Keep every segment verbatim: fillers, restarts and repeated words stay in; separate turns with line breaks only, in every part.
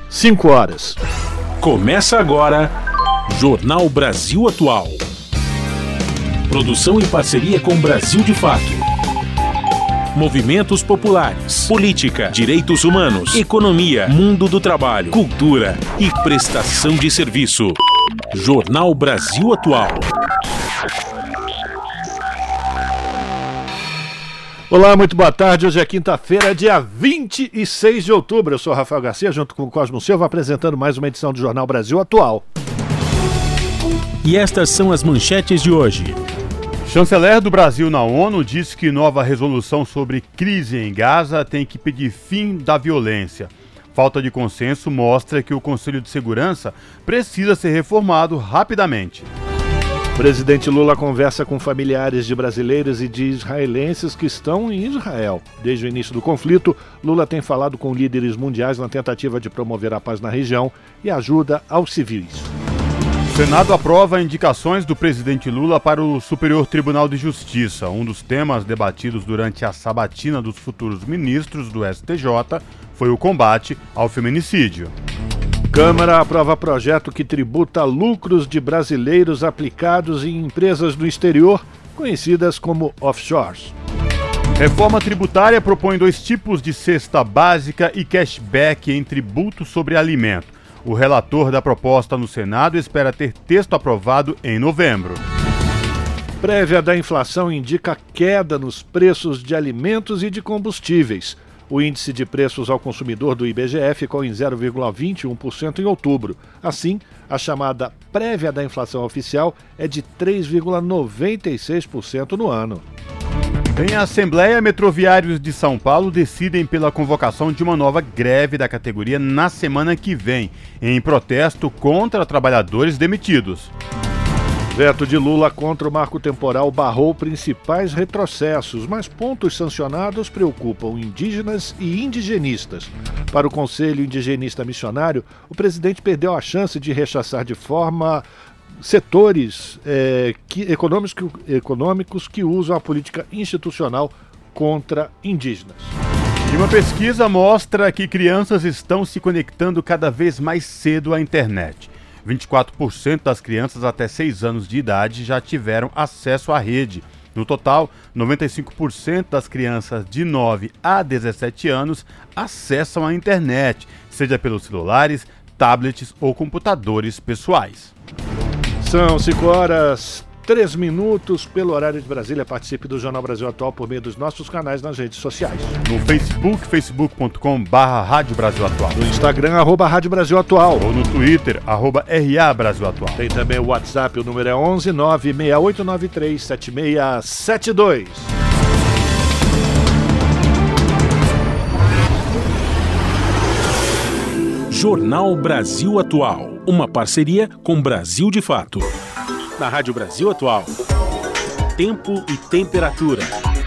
cinco horas.
Começa agora, Jornal Brasil Atual. Produção em parceria com Brasil de Fato. Movimentos populares, política, direitos humanos, economia, mundo do trabalho, cultura e prestação de serviço. Jornal Brasil Atual.
Olá, muito boa tarde. Hoje é quinta-feira, dia vinte e seis de outubro. Eu sou Rafael Garcia, junto com o Cosmo Silva, apresentando mais uma edição do Jornal Brasil Atual.
E estas são as manchetes de hoje.
Chanceler do Brasil na ONU diz que nova resolução sobre crise em Gaza tem que pedir fim da violência. Falta de consenso mostra que o Conselho de Segurança precisa ser reformado rapidamente.
Presidente Lula conversa com familiares de brasileiros e de israelenses que estão em Israel. Desde o início do conflito, Lula tem falado com líderes mundiais na tentativa de promover a paz na região e ajuda aos civis.
O Senado aprova indicações do presidente Lula para o Superior Tribunal de Justiça. Um dos temas debatidos durante a sabatina dos futuros ministros do S T J foi o combate ao feminicídio.
Câmara aprova projeto que tributa lucros de brasileiros aplicados em empresas do exterior, conhecidas como offshores.
Reforma tributária propõe dois tipos de cesta básica e cashback em tributo sobre alimento. O relator da proposta no Senado espera ter texto aprovado em novembro.
Prévia da inflação indica queda nos preços de alimentos e de combustíveis. O índice de preços ao consumidor do I B G E ficou em zero vírgula vinte e um por cento em outubro. Assim, a chamada prévia da inflação oficial é de três vírgula noventa e seis por cento no ano.
Em Assembleia, metroviários de São Paulo decidem pela convocação de uma nova greve da categoria na semana que vem, em protesto contra trabalhadores demitidos.
Veto de Lula contra o marco temporal barrou principais retrocessos, mas pontos sancionados preocupam indígenas e indigenistas. Para o Conselho Indigenista Missionário, o presidente perdeu a chance de rechaçar de forma setores é, que, econômicos, que, econômicos que usam a política institucional contra indígenas.
E uma pesquisa mostra que crianças estão se conectando cada vez mais cedo à internet. vinte e quatro por cento das crianças até seis anos de idade já tiveram acesso à rede. No total, noventa e cinco por cento das crianças de nove a dezessete anos acessam a internet, seja pelos celulares, tablets ou computadores pessoais.
São cinco horas, três minutos pelo horário de Brasília. Participe do Jornal Brasil Atual por meio dos nossos canais nas redes sociais.
No Facebook, facebook ponto com barra Rádio Brasil Atual.
No Instagram, arroba Rádio Brasil Atual.
Ou no Twitter, arroba R A Brasil Atual.
Tem também o WhatsApp, o número é onze nove seis oito nove três sete seis sete dois.
Jornal Brasil Atual, uma parceria com Brasil de Fato. Na Rádio Brasil Atual, tempo e temperatura.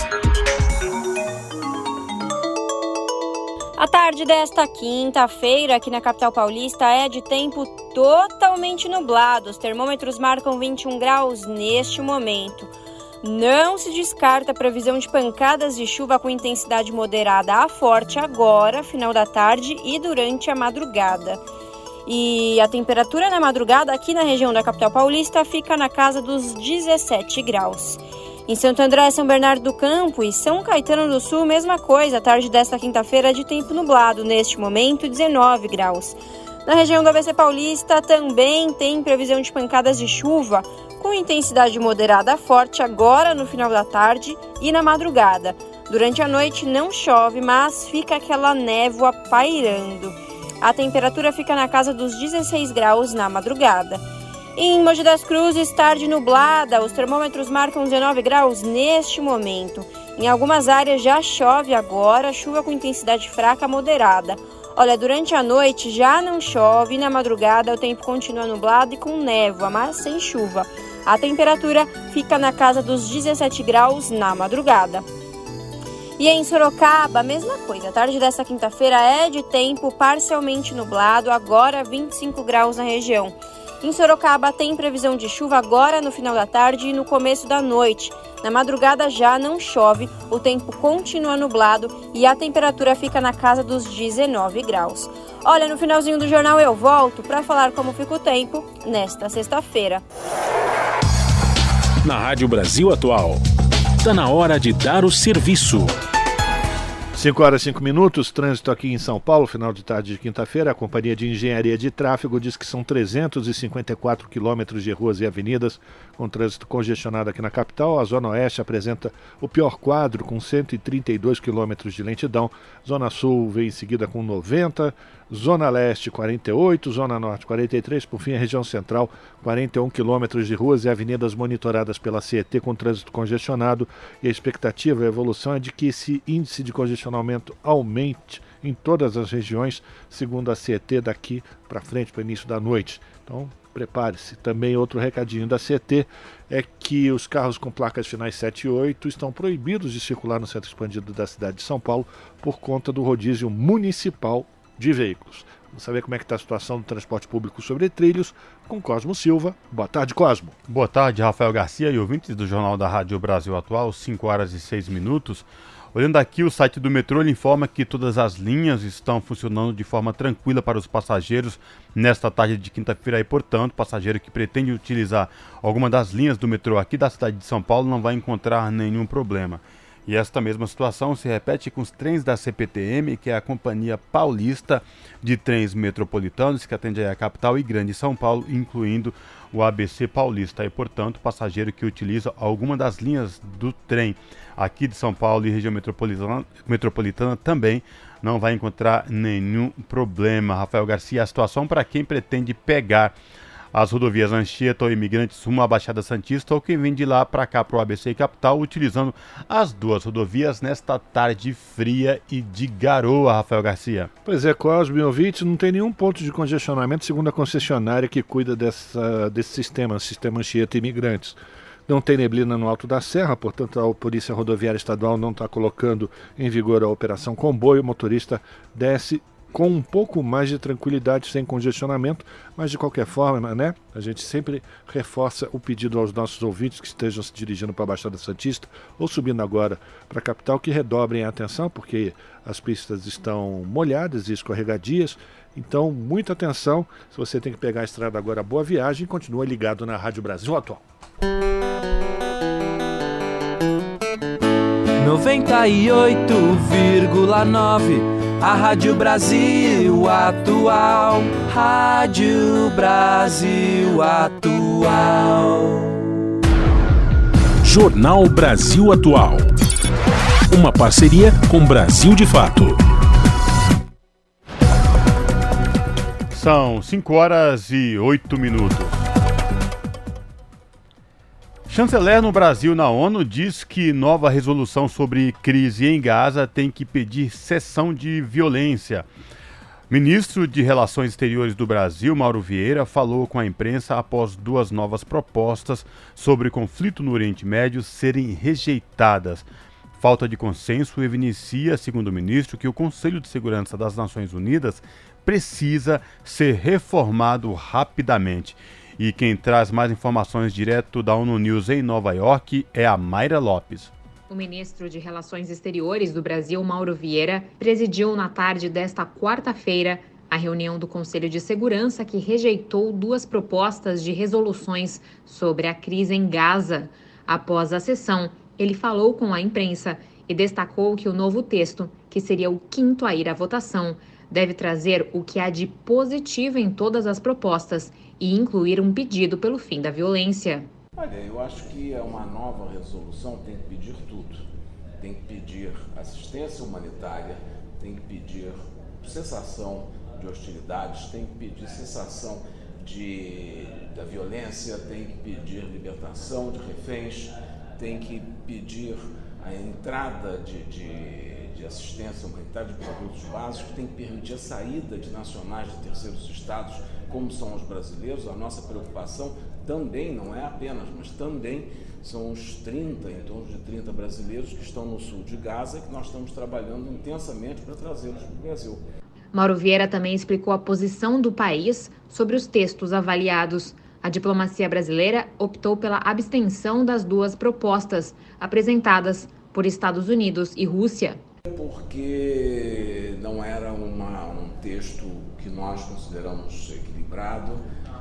A tarde desta quinta-feira aqui na capital paulista é de tempo totalmente nublado. Os termômetros marcam vinte e um graus neste momento. Não se descarta a previsão de pancadas de chuva com intensidade moderada a forte agora, final da tarde e durante a madrugada. E a temperatura na madrugada aqui na região da capital paulista fica na casa dos dezessete graus. Em Santo André, São Bernardo do Campo e São Caetano do Sul, mesma coisa. A tarde desta quinta-feira é de tempo nublado, neste momento dezenove graus. Na região do A B C Paulista também tem previsão de pancadas de chuva com intensidade moderada a forte agora no final da tarde e na madrugada. Durante a noite não chove, mas fica aquela névoa pairando. A temperatura fica na casa dos dezesseis graus na madrugada. Em Mogi das Cruzes, tarde nublada, os termômetros marcam dezenove graus neste momento. Em algumas áreas já chove agora, chuva com intensidade fraca a moderada. Olha, durante a noite já não chove e na madrugada o tempo continua nublado e com névoa, mas sem chuva. A temperatura fica na casa dos dezessete graus na madrugada. E em Sorocaba, a mesma coisa. A tarde desta quinta-feira é de tempo parcialmente nublado, agora vinte e cinco graus na região. Em Sorocaba tem previsão de chuva agora no final da tarde e no começo da noite. Na madrugada já não chove, o tempo continua nublado e a temperatura fica na casa dos dezenove graus. Olha, no finalzinho do jornal eu volto para falar como fica o tempo nesta sexta-feira.
Na Rádio Brasil Atual, está na hora de dar o serviço.
cinco horas e cinco minutos, trânsito aqui em São Paulo, final de tarde de quinta-feira. A Companhia de Engenharia de Tráfego diz que são trezentos e cinquenta e quatro quilômetros de ruas e avenidas com trânsito congestionado aqui na capital. A Zona Oeste apresenta o pior quadro, com cento e trinta e dois quilômetros de lentidão. Zona Sul vem em seguida com noventa, Zona Leste quarenta e oito, Zona Norte quarenta e três, por fim a região central, quarenta e um quilômetros de ruas e avenidas monitoradas pela C E T com trânsito congestionado, e a expectativa, a evolução é de que esse índice de congestionamento aumente em todas as regiões, segundo a C E T, daqui para frente, para o início da noite. Então, prepare-se. Também outro recadinho da C E T é que os carros com placas finais sete e oito estão proibidos de circular no centro expandido da cidade de São Paulo por conta do rodízio municipal de veículos. Vamos saber como é que está a situação do transporte público sobre trilhos com Cosmo Silva. Boa tarde, Cosmo.
Boa tarde, Rafael Garcia e ouvintes do Jornal da Rádio Brasil Atual, cinco horas e seis minutos. Olhando aqui, o site do metrô ele informa que todas as linhas estão funcionando de forma tranquila para os passageiros nesta tarde de quinta-feira e, portanto, passageiro que pretende utilizar alguma das linhas do metrô aqui da cidade de São Paulo não vai encontrar nenhum problema. E esta mesma situação se repete com os trens da C P T M, que é a Companhia Paulista de Trens Metropolitanos, que atende a capital e Grande São Paulo, incluindo o A B C Paulista. E, portanto, passageiro que utiliza alguma das linhas do trem aqui de São Paulo e região metropolitana, metropolitana também não vai encontrar nenhum problema. Rafael Garcia, a situação para quem pretende pegar as rodovias Anchieta ou Imigrantes rumo à Baixada Santista ou quem vem de lá para cá para o A B C Capital utilizando as duas rodovias nesta tarde fria e de garoa, Rafael Garcia.
Pois é, Cosme e ouvintes, não tem nenhum ponto de congestionamento segundo a concessionária que cuida dessa, desse sistema, sistema Anchieta e Imigrantes. Não tem neblina no Alto da Serra, portanto a Polícia Rodoviária Estadual não está colocando em vigor a Operação Comboio. O motorista desce com um pouco mais de tranquilidade, sem congestionamento, mas de qualquer forma, né, a gente sempre reforça o pedido aos nossos ouvintes que estejam se dirigindo para a Baixada Santista ou subindo agora para a capital, que redobrem a atenção, porque as pistas estão molhadas e escorregadias, então muita atenção. Se você tem que pegar a estrada agora, boa viagem, continua ligado na Rádio Brasil Atual.
noventa e oito vírgula nove A Rádio Brasil Atual, Rádio Brasil Atual.
Jornal Brasil Atual. Uma parceria com Brasil de Fato.
São cinco horas e oito minutos. Chanceler no Brasil na ONU diz que nova resolução sobre crise em Gaza tem que pedir cessão de violência. Ministro de Relações Exteriores do Brasil, Mauro Vieira, falou com a imprensa após duas novas propostas sobre conflito no Oriente Médio serem rejeitadas. Falta de consenso evidencia, segundo o ministro, que o Conselho de Segurança das Nações Unidas precisa ser reformado rapidamente. E quem traz mais informações direto da ONU News em Nova York é a Mayra Lopes.
O ministro de Relações Exteriores do Brasil, Mauro Vieira, presidiu na tarde desta quarta-feira a reunião do Conselho de Segurança que rejeitou duas propostas de resoluções sobre a crise em Gaza. Após a sessão, ele falou com a imprensa e destacou que o novo texto, que seria o quinto a ir à votação, deve trazer o que há de positivo em todas as propostas e incluir um pedido pelo fim da violência.
Olha, eu acho que é uma nova resolução, tem que pedir tudo. Tem que pedir assistência humanitária, tem que pedir cessação de hostilidades, tem que pedir cessação de, da violência, tem que pedir libertação de reféns, tem que pedir a entrada de, de de assistência humanitária, de produtos básicos, tem que permitir a saída de nacionais de terceiros estados, como são os brasileiros. A nossa preocupação também, não é apenas, mas também são os trinta, em torno de trinta brasileiros que estão no sul de Gaza e que nós estamos trabalhando intensamente para trazê-los para o Brasil.
Mauro Vieira também explicou a posição do país sobre os textos avaliados. A diplomacia brasileira optou pela abstenção das duas propostas apresentadas por Estados Unidos e Rússia.
Porque não era uma, um texto texto que nós consideramos equilibrado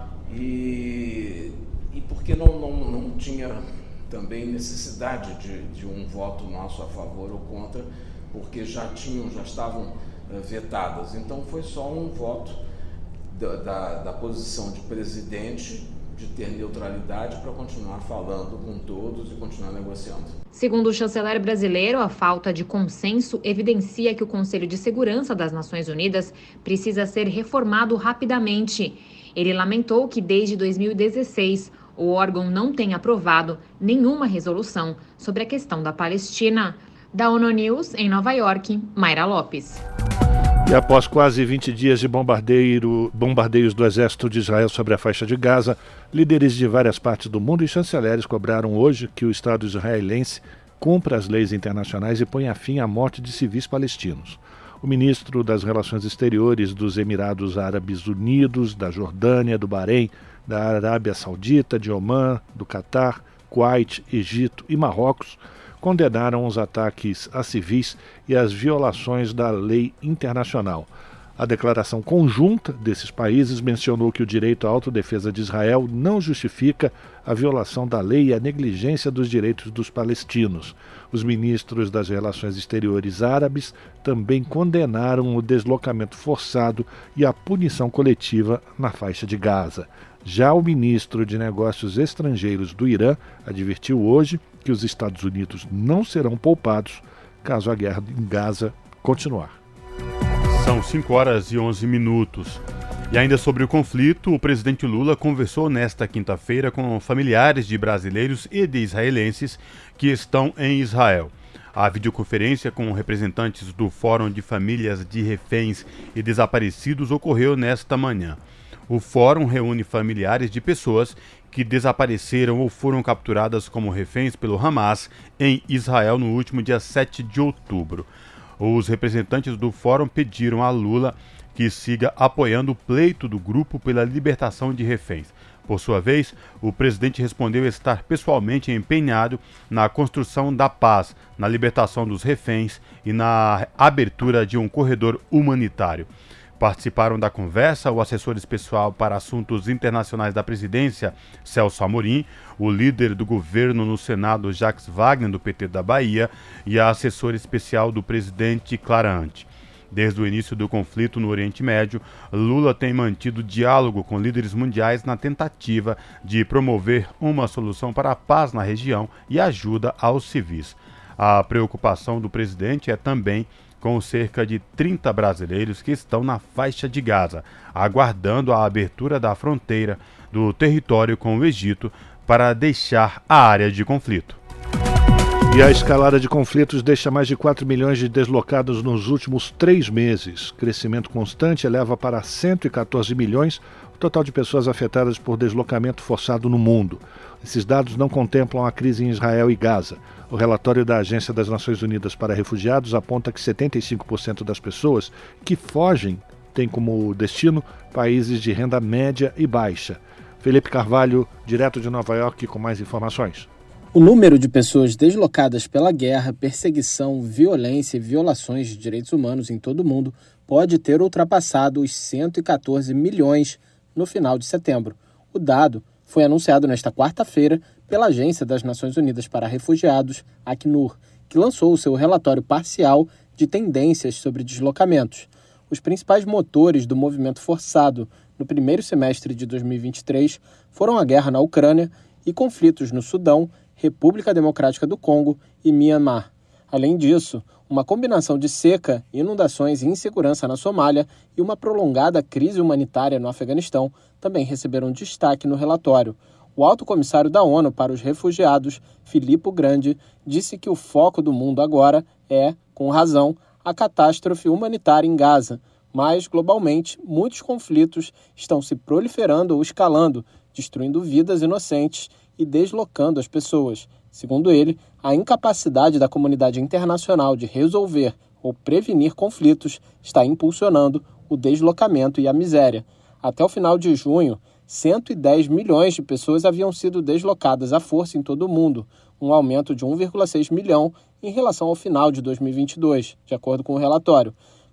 e, e porque não, não, não tinha também necessidade de, de um voto nosso a favor ou contra, porque já tinham, já estavam uh, vetadas. Então foi só um voto da, da, da posição de presidente de ter neutralidade para continuar falando com todos e continuar negociando.
Segundo o chanceler brasileiro, a falta de consenso evidencia que o Conselho de Segurança das Nações Unidas precisa ser reformado rapidamente. Ele lamentou que desde dois mil e dezesseis o órgão não tenha aprovado nenhuma resolução sobre a questão da Palestina. Da ONU News, em Nova York, Mayra Lopes.
E após quase vinte dias de bombardeio, bombardeios do exército de Israel sobre a faixa de Gaza, líderes de várias partes do mundo e chanceleres cobraram hoje que o Estado israelense cumpra as leis internacionais e ponha fim à morte de civis palestinos. O ministro das Relações Exteriores dos Emirados Árabes Unidos, da Jordânia, do Bahrein, da Arábia Saudita, de Omã, do Catar, Kuwait, Egito e Marrocos condenaram os ataques a civis e as violações da lei internacional. A declaração conjunta desses países mencionou que o direito à autodefesa de Israel não justifica a violação da lei e a negligência dos direitos dos palestinos. Os ministros das Relações Exteriores árabes também condenaram o deslocamento forçado e a punição coletiva na faixa de Gaza. Já o ministro de Negócios Estrangeiros do Irã advertiu hoje que os Estados Unidos não serão poupados caso a guerra em Gaza continuar.
São cinco horas e onze minutos. E ainda sobre o conflito, o presidente Lula conversou nesta quinta-feira com familiares de brasileiros e de israelenses que estão em Israel. A videoconferência com representantes do Fórum de Famílias de Reféns e Desaparecidos ocorreu nesta manhã. O fórum reúne familiares de pessoas que desapareceram ou foram capturadas como reféns pelo Hamas em Israel no último dia sete de outubro. Os representantes do fórum pediram a Lula que siga apoiando o pleito do grupo pela libertação de reféns. Por sua vez, o presidente respondeu estar pessoalmente empenhado na construção da paz, na libertação dos reféns e na abertura de um corredor humanitário. Participaram da conversa o assessor especial para assuntos internacionais da presidência, Celso Amorim, o líder do governo no Senado, Jacques Wagner, do P T da Bahia, e a assessora especial do presidente, Clara Ante. Desde o início do conflito no Oriente Médio, Lula tem mantido diálogo com líderes mundiais na tentativa de promover uma solução para a paz na região e ajuda aos civis. A preocupação do presidente é também com cerca de trinta brasileiros que estão na faixa de Gaza, aguardando a abertura da fronteira do território com o Egito para deixar a área de conflito.
E a escalada de conflitos deixa mais de quatro milhões de deslocados nos últimos três meses. Crescimento constante eleva para cento e quatorze milhões o total de pessoas afetadas por deslocamento forçado no mundo. Esses dados não contemplam a crise em Israel e Gaza. O relatório da Agência das Nações Unidas para Refugiados aponta que setenta e cinco por cento das pessoas que fogem têm como destino países de renda média e baixa. Felipe Carvalho, direto de Nova York, com mais informações.
O número de pessoas deslocadas pela guerra, perseguição, violência e violações de direitos humanos em todo o mundo pode ter ultrapassado os cento e quatorze milhões no final de setembro. O dado foi anunciado nesta quarta-feira pela Agência das Nações Unidas para Refugiados, Acnur, que lançou o seu relatório parcial de tendências sobre deslocamentos. Os principais motores do movimento forçado no primeiro semestre de dois mil e vinte e três foram a guerra na Ucrânia e conflitos no Sudão, República Democrática do Congo e Myanmar. Além disso, uma combinação de seca, inundações e insegurança na Somália e uma prolongada crise humanitária no Afeganistão também receberam destaque no relatório. O alto comissário da ONU para os Refugiados, Filippo Grandi, disse que o foco do mundo agora é, com razão, a catástrofe humanitária em Gaza. Mas, globalmente, muitos conflitos estão se proliferando ou escalando, destruindo vidas inocentes e deslocando as pessoas. Segundo ele, a incapacidade da comunidade internacional de resolver ou prevenir conflitos está impulsionando o deslocamento e a miséria. Até o final de junho, cento e dez milhões de pessoas haviam sido deslocadas à força em todo o mundo, um aumento de um vírgula seis milhão em relação ao final de dois mil e vinte e dois, de acordo com o relatório.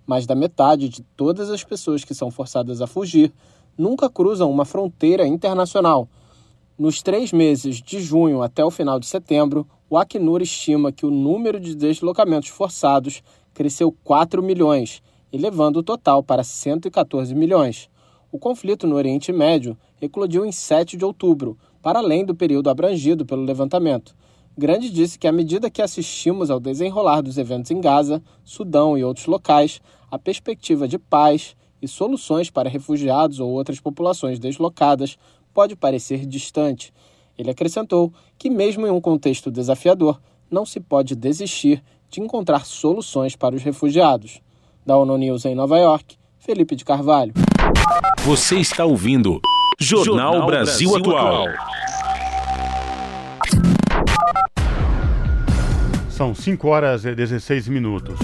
Mais da metade de todas as pessoas que são forçadas a fugir nunca cruzam uma fronteira internacional. Nos três meses de junho até o final de setembro, o Acnur estima que o número de deslocamentos forçados cresceu quatro milhões, elevando o total para cento e catorze milhões. O conflito no Oriente Médio eclodiu em sete de outubro, para além do período abrangido pelo levantamento. Grande disse que, à medida que assistimos ao desenrolar dos eventos em Gaza, Sudão e outros locais, a perspectiva de paz e soluções para refugiados ou outras populações deslocadas pode parecer distante. Ele acrescentou que, mesmo em um contexto desafiador, não se pode desistir de encontrar soluções para os refugiados. Da ONU News em Nova York, Felipe de Carvalho.
Você está ouvindo Jornal, Jornal Brasil, Brasil Atual.
São cinco horas e dezesseis minutos.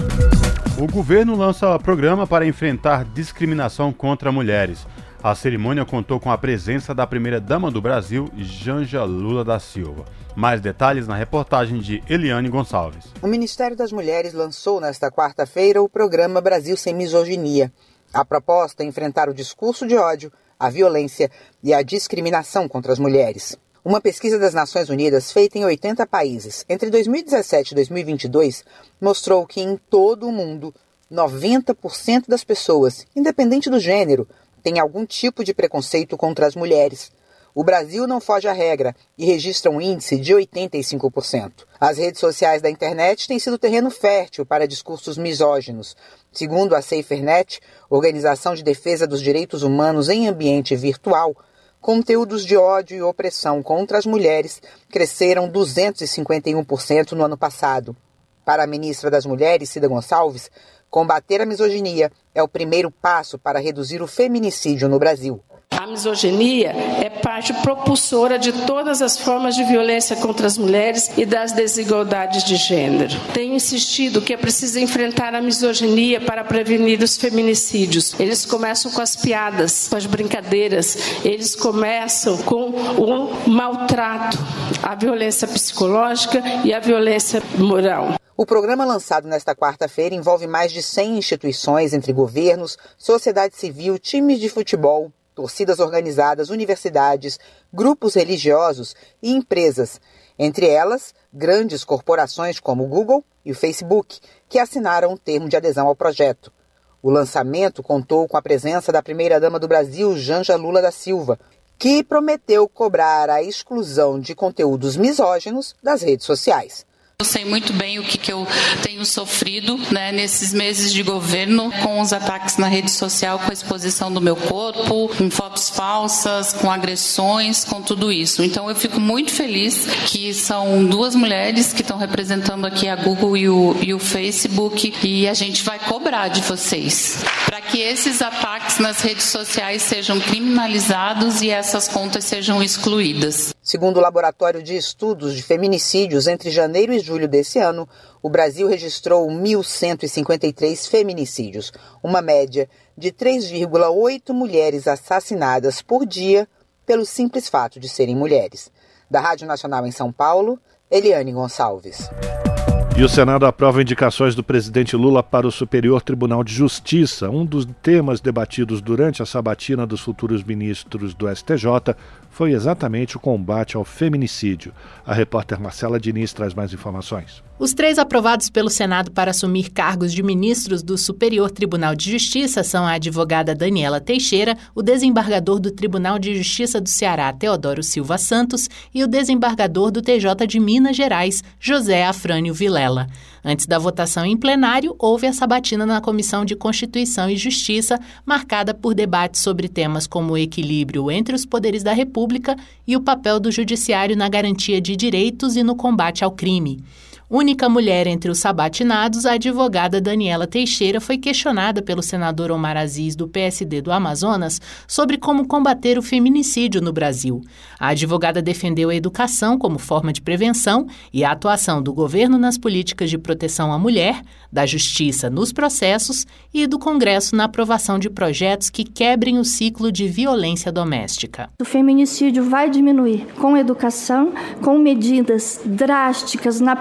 O governo lança programa para enfrentar discriminação contra mulheres. A cerimônia contou com a presença da primeira-dama do Brasil, Janja Lula da Silva. Mais detalhes na reportagem de Eliane Gonçalves.
O Ministério das Mulheres lançou nesta quarta-feira o programa Brasil Sem Misoginia. A proposta é enfrentar o discurso de ódio, a violência e a discriminação contra as mulheres. Uma pesquisa das Nações Unidas feita em oitenta países entre dois mil e dezessete e dois mil e vinte e dois mostrou que em todo o mundo, noventa por cento das pessoas, independente do gênero, tem algum tipo de preconceito contra as mulheres. O Brasil não foge à regra e registra um índice de oitenta e cinco por cento. As redes sociais da internet têm sido terreno fértil para discursos misóginos. Segundo a SaferNet, Organização de Defesa dos Direitos Humanos em Ambiente Virtual, conteúdos de ódio e opressão contra as mulheres cresceram duzentos e cinquenta e um por cento no ano passado. Para a ministra das Mulheres, Cida Gonçalves, combater a misoginia é o primeiro passo para reduzir o feminicídio no Brasil.
A misoginia é parte propulsora de todas as formas de violência contra as mulheres e das desigualdades de gênero. Tenho insistido que é preciso enfrentar a misoginia para prevenir os feminicídios. Eles começam com as piadas, com as brincadeiras, eles começam com o maltrato, a violência psicológica e a violência moral.
O programa lançado nesta quarta-feira envolve mais de cem instituições entre governos, sociedade civil, times de futebol, torcidas organizadas, universidades, grupos religiosos e empresas, entre elas grandes corporações como o Google e o Facebook, que assinaram um termo de adesão ao projeto. O lançamento contou com a presença da primeira-dama do Brasil, Janja Lula da Silva, que prometeu cobrar a exclusão de conteúdos misóginos das redes sociais.
Eu sei muito bem o que, que eu tenho sofrido, né, nesses meses de governo, com os ataques na rede social, com a exposição do meu corpo, com fotos falsas, com agressões, com tudo isso. Então eu fico muito feliz que são duas mulheres que estão representando aqui a Google e o, e o Facebook, e a gente vai cobrar de vocês para que esses ataques nas redes sociais sejam criminalizados e essas contas sejam excluídas.
Segundo o Laboratório de Estudos de Feminicídios, entre janeiro e julho desse ano, o Brasil registrou mil cento e cinquenta e três feminicídios, uma média de três vírgula oito mulheres assassinadas por dia pelo simples fato de serem mulheres. Da Rádio Nacional em São Paulo, Eliane Gonçalves.
E o Senado aprova indicações do presidente Lula para o Superior Tribunal de Justiça. Um dos temas debatidos durante a sabatina dos futuros ministros do S T J foi exatamente o combate ao feminicídio. A repórter Marcela Diniz traz mais informações.
Os três aprovados pelo Senado para assumir cargos de ministros do Superior Tribunal de Justiça são a advogada Daniela Teixeira, o desembargador do Tribunal de Justiça do Ceará, Teodoro Silva Santos, e o desembargador do T J de Minas Gerais, José Afrânio Vilela. Antes da votação em plenário, houve a sabatina na Comissão de Constituição e Justiça, marcada por debates sobre temas como o equilíbrio entre os poderes da República e o papel do Judiciário na garantia de direitos e no combate ao crime. Única mulher entre os sabatinados, a advogada Daniela Teixeira foi questionada pelo senador Omar Aziz, do P S D do Amazonas, sobre como combater o feminicídio no Brasil. A advogada defendeu a educação como forma de prevenção e a atuação do governo nas políticas de proteção à mulher, da justiça nos processos e do Congresso na aprovação de projetos que quebrem o ciclo de violência doméstica.
O feminicídio vai diminuir com educação, com medidas drásticas na primeira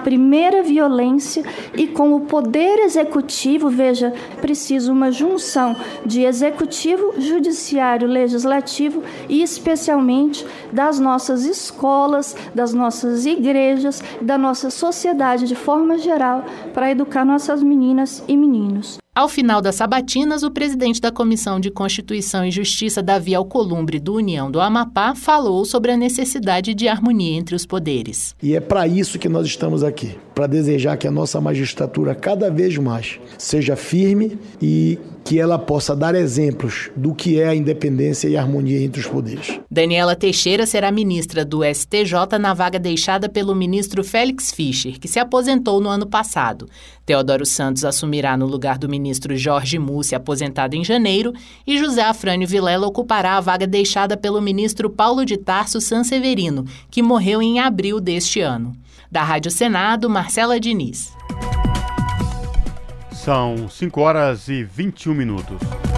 primeira violência e com o poder executivo, veja, preciso uma junção de executivo, judiciário, legislativo e especialmente das nossas escolas, das nossas igrejas, da nossa sociedade de forma geral, para educar nossas meninas e meninos.
Ao final das sabatinas, o presidente da Comissão de Constituição e Justiça, Davi Alcolumbre, do União do Amapá, falou sobre a necessidade de harmonia entre os poderes.
E é para isso que nós estamos aqui, para desejar que a nossa magistratura cada vez mais seja firme e que ela possa dar exemplos do que é a independência e a harmonia entre os poderes.
Daniela Teixeira será ministra do S T J na vaga deixada pelo ministro Félix Fischer, que se aposentou no ano passado. Teodoro Santos assumirá no lugar do ministro Jorge Mussi, aposentado em janeiro, e José Afrânio Vilela ocupará a vaga deixada pelo ministro Paulo de Tarso Sanseverino, que morreu em abril deste ano. Da Rádio Senado, Marcela Diniz.
São cinco horas e vinte e um minutos.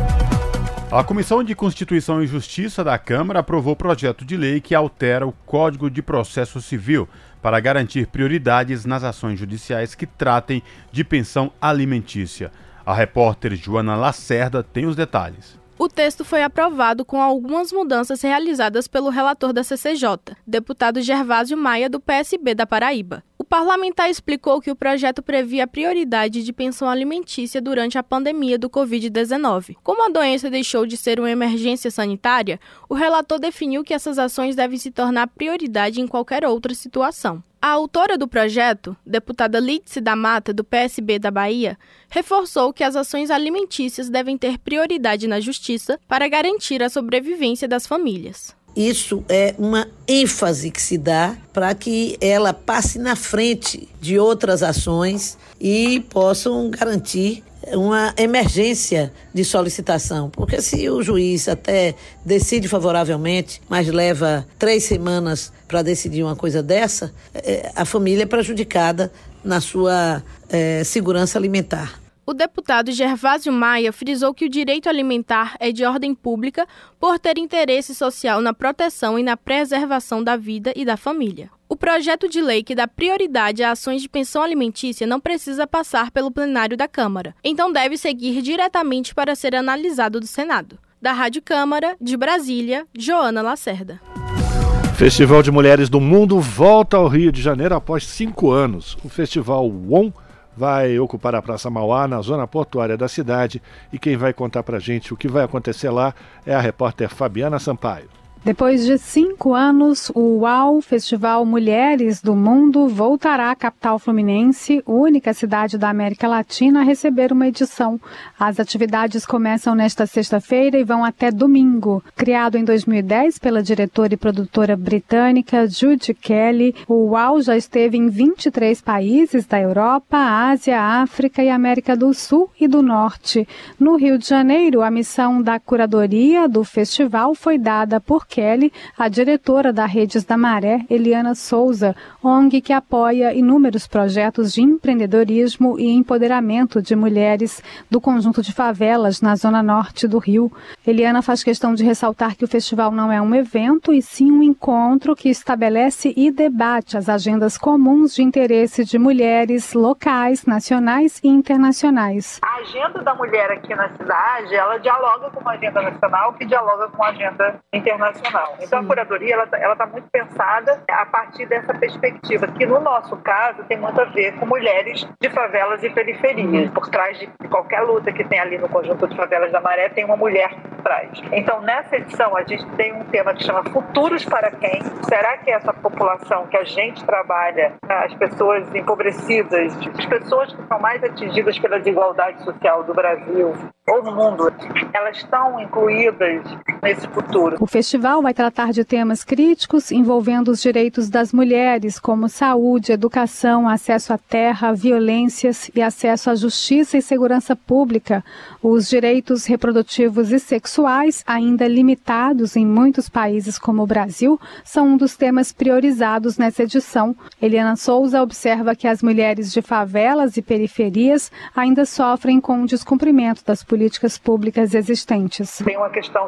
A Comissão de Constituição e Justiça da Câmara aprovou o projeto de lei que altera o Código de Processo Civil para garantir prioridades nas ações judiciais que tratem de pensão alimentícia. A repórter Joana Lacerda tem os detalhes.
O texto foi aprovado com algumas mudanças realizadas pelo relator da C C J, deputado Gervásio Maia, do P S B da Paraíba. O parlamentar explicou que o projeto previa a prioridade de pensão alimentícia durante a pandemia do covid dezenove. Como a doença deixou de ser uma emergência sanitária, o relator definiu que essas ações devem se tornar prioridade em qualquer outra situação. A autora do projeto, deputada Lídice da Mata, do P S B da Bahia, reforçou que as ações alimentícias devem ter prioridade na justiça para garantir a sobrevivência das famílias.
Isso é uma ênfase que se dá para que ela passe na frente de outras ações e possam garantir uma emergência de solicitação. Porque se o juiz até decide favoravelmente, mas leva três semanas para decidir uma coisa dessa, a família é prejudicada na sua é, segurança alimentar.
O deputado Gervásio Maia frisou que o direito alimentar é de ordem pública por ter interesse social na proteção e na preservação da vida e da família. O projeto de lei que dá prioridade a ações de pensão alimentícia não precisa passar pelo plenário da Câmara, então deve seguir diretamente para ser analisado do Senado. Da Rádio Câmara, de Brasília, Joana Lacerda.
Festival de Mulheres do Mundo volta ao Rio de Janeiro após cinco anos. O Festival W O M vai ocupar a Praça Mauá, na zona portuária da cidade, e quem vai contar pra gente o que vai acontecer lá é a repórter Fabiana Sampaio.
Depois de cinco anos, o U A U, Festival Mulheres do Mundo, voltará à capital fluminense, única cidade da América Latina a receber uma edição. As atividades começam nesta sexta-feira e vão até domingo. Criado em dois mil e dez pela diretora e produtora britânica Judy Kelly, o U A U já esteve em vinte e três países da Europa, Ásia, África e América do Sul e do Norte. No Rio de Janeiro, a missão da curadoria do festival foi dada por Kelly, a diretora da Redes da Maré, Eliana Souza, O N G que apoia inúmeros projetos de empreendedorismo e empoderamento de mulheres do conjunto de favelas na zona norte do Rio. Eliana faz questão de ressaltar que o festival não é um evento, e sim um encontro que estabelece e debate as agendas comuns de interesse de mulheres locais, nacionais e internacionais.
A agenda da mulher aqui na cidade, ela dialoga com uma agenda nacional que dialoga com uma agenda internacional. Então, Sim. a curadoria ela ela está muito pensada a partir dessa perspectiva, que no nosso caso tem muito a ver com mulheres de favelas e periferias. Por trás de qualquer luta que tem ali no conjunto de favelas da Maré, tem uma mulher por trás. Então, nessa edição, a gente tem um tema que chama Futuros para Quem? Será que essa população que a gente trabalha, as pessoas empobrecidas, as pessoas que são mais atingidas pela desigualdade social do Brasil ou no mundo, elas estão incluídas nesse futuro?
O festival vai tratar de temas críticos envolvendo os direitos das mulheres, como saúde, educação, acesso à terra, violências e acesso à justiça e segurança pública. Os direitos reprodutivos e sexuais, ainda limitados em muitos países como o Brasil, são um dos temas priorizados nessa edição. Eliana Souza observa que as mulheres de favelas e periferias ainda sofrem com o descumprimento das políticas públicas existentes.
Tem uma questão que tem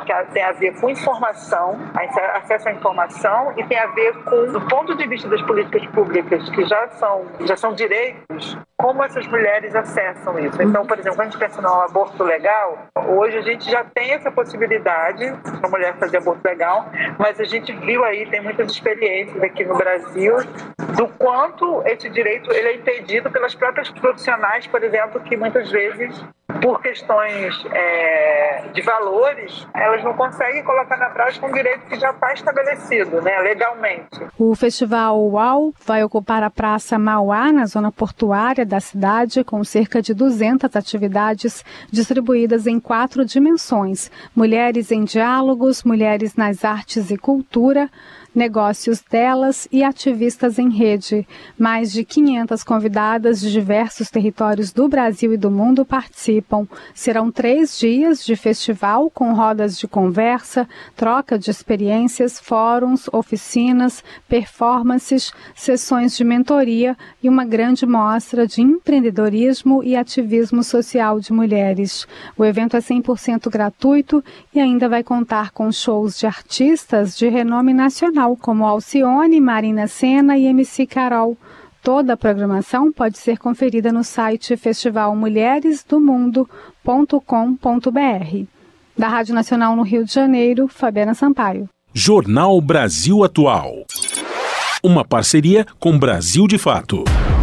a ver com informação, acesso à informação, e tem a ver com, do ponto de vista das políticas públicas, que já são, já são direitos, como essas mulheres acessam isso. Então, por exemplo, quando a gente pensa no aborto legal, hoje a gente já tem essa possibilidade para a mulher fazer aborto legal, mas a gente viu aí, tem muitas experiências aqui no Brasil, do quanto esse direito ele é impedido pelas próprias profissionais, por exemplo, que muitas vezes, por questões é, de valores, elas não conseguem colocar na prática um direito que já está estabelecido, né, legalmente.
O Festival UAU vai ocupar a Praça Mauá, na zona portuária da cidade, com cerca de duzentas atividades distribuídas em quatro dimensões: mulheres em diálogos, mulheres nas artes e cultura, negócios delas e ativistas em rede. Mais de quinhentas convidadas de diversos territórios do Brasil e do mundo participam. Serão três dias de festival com rodas de conversa, troca de experiências, fóruns, oficinas, performances, sessões de mentoria e uma grande mostra de empreendedorismo e ativismo social de mulheres. O evento é cem por cento gratuito e ainda vai contar com shows de artistas de renome nacional, como Alcione, Marina Sena e M C Carol. Toda a programação pode ser conferida no site festival mulheres do mundo ponto com ponto b r. Da Rádio Nacional no Rio de Janeiro, Fabiana Sampaio.
Jornal Brasil Atual. Uma parceria com Brasil de Fato.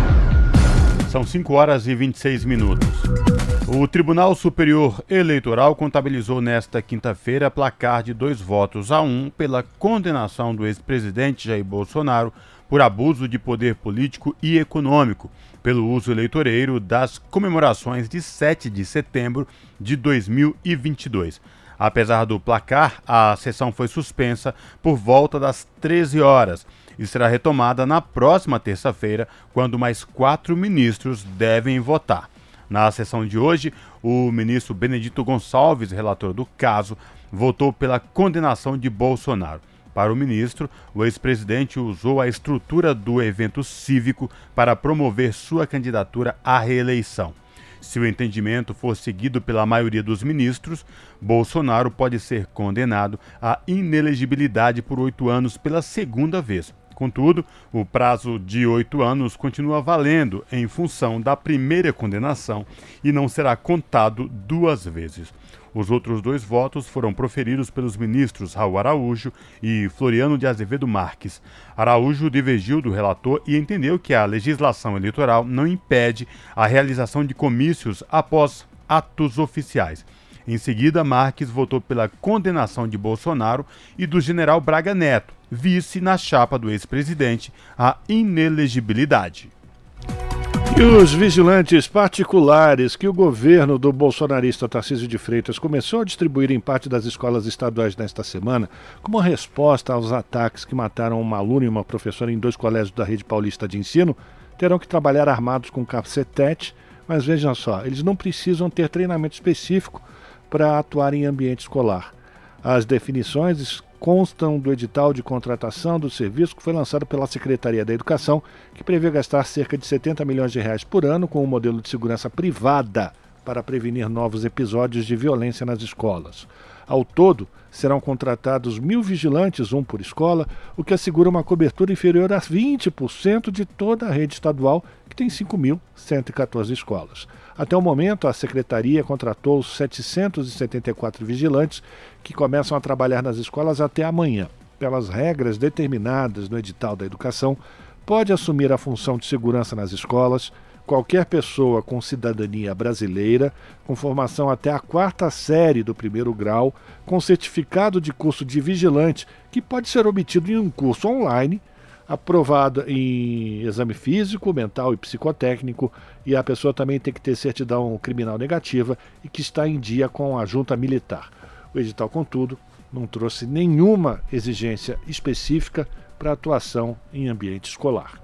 São cinco horas e vinte e seis minutos. O Tribunal Superior Eleitoral contabilizou nesta quinta-feira placar de dois votos a um pela condenação do ex-presidente Jair Bolsonaro por abuso de poder político e econômico, pelo uso eleitoreiro das comemorações de sete de setembro de dois mil e vinte e dois. Apesar do placar, a sessão foi suspensa por volta das treze horas e será retomada na próxima terça-feira, quando mais quatro ministros devem votar. Na sessão de hoje, o ministro Benedito Gonçalves, relator do caso, votou pela condenação de Bolsonaro. Para o ministro, o ex-presidente usou a estrutura do evento cívico para promover sua candidatura à reeleição. Se o entendimento for seguido pela maioria dos ministros, Bolsonaro pode ser condenado à inelegibilidade por oito anos pela segunda vez. Contudo, o prazo de oito anos continua valendo em função da primeira condenação e não será contado duas vezes. Os outros dois votos foram proferidos pelos ministros Raul Araújo e Floriano de Azevedo Marques. Araújo divergiu do relator e entendeu que a legislação eleitoral não impede a realização de comícios após atos oficiais. Em seguida, Marques votou pela condenação de Bolsonaro e do general Braga Neto, vice na chapa do ex-presidente, à inelegibilidade.
E os vigilantes particulares que o governo do bolsonarista Tarcísio de Freitas começou a distribuir em parte das escolas estaduais nesta semana, como resposta aos ataques que mataram uma aluna e uma professora em dois colégios da rede paulista de ensino, terão que trabalhar armados com cacetete, mas vejam só, eles não precisam ter treinamento específico para atuar em ambiente escolar. As definições constam do edital de contratação do serviço que foi lançado pela Secretaria da Educação, que prevê gastar cerca de setenta milhões de reais por ano com um modelo de segurança privada para prevenir novos episódios de violência nas escolas. Ao todo, serão contratados mil vigilantes, um por escola, o que assegura uma cobertura inferior a vinte por cento de toda a rede estadual, que tem cinco mil cento e quatorze escolas. Até o momento, a Secretaria contratou setecentos e setenta e quatro vigilantes que começam a trabalhar nas escolas até amanhã. Pelas regras determinadas no edital da educação, pode assumir a função de segurança nas escolas qualquer pessoa com cidadania brasileira, com formação até a quarta série do primeiro grau, com certificado de curso de vigilante, que pode ser obtido em um curso online, aprovado em exame físico, mental e psicotécnico, e a pessoa também tem que ter certidão criminal negativa e que está em dia com a junta militar. O edital, contudo, não trouxe nenhuma exigência específica para atuação em ambiente escolar.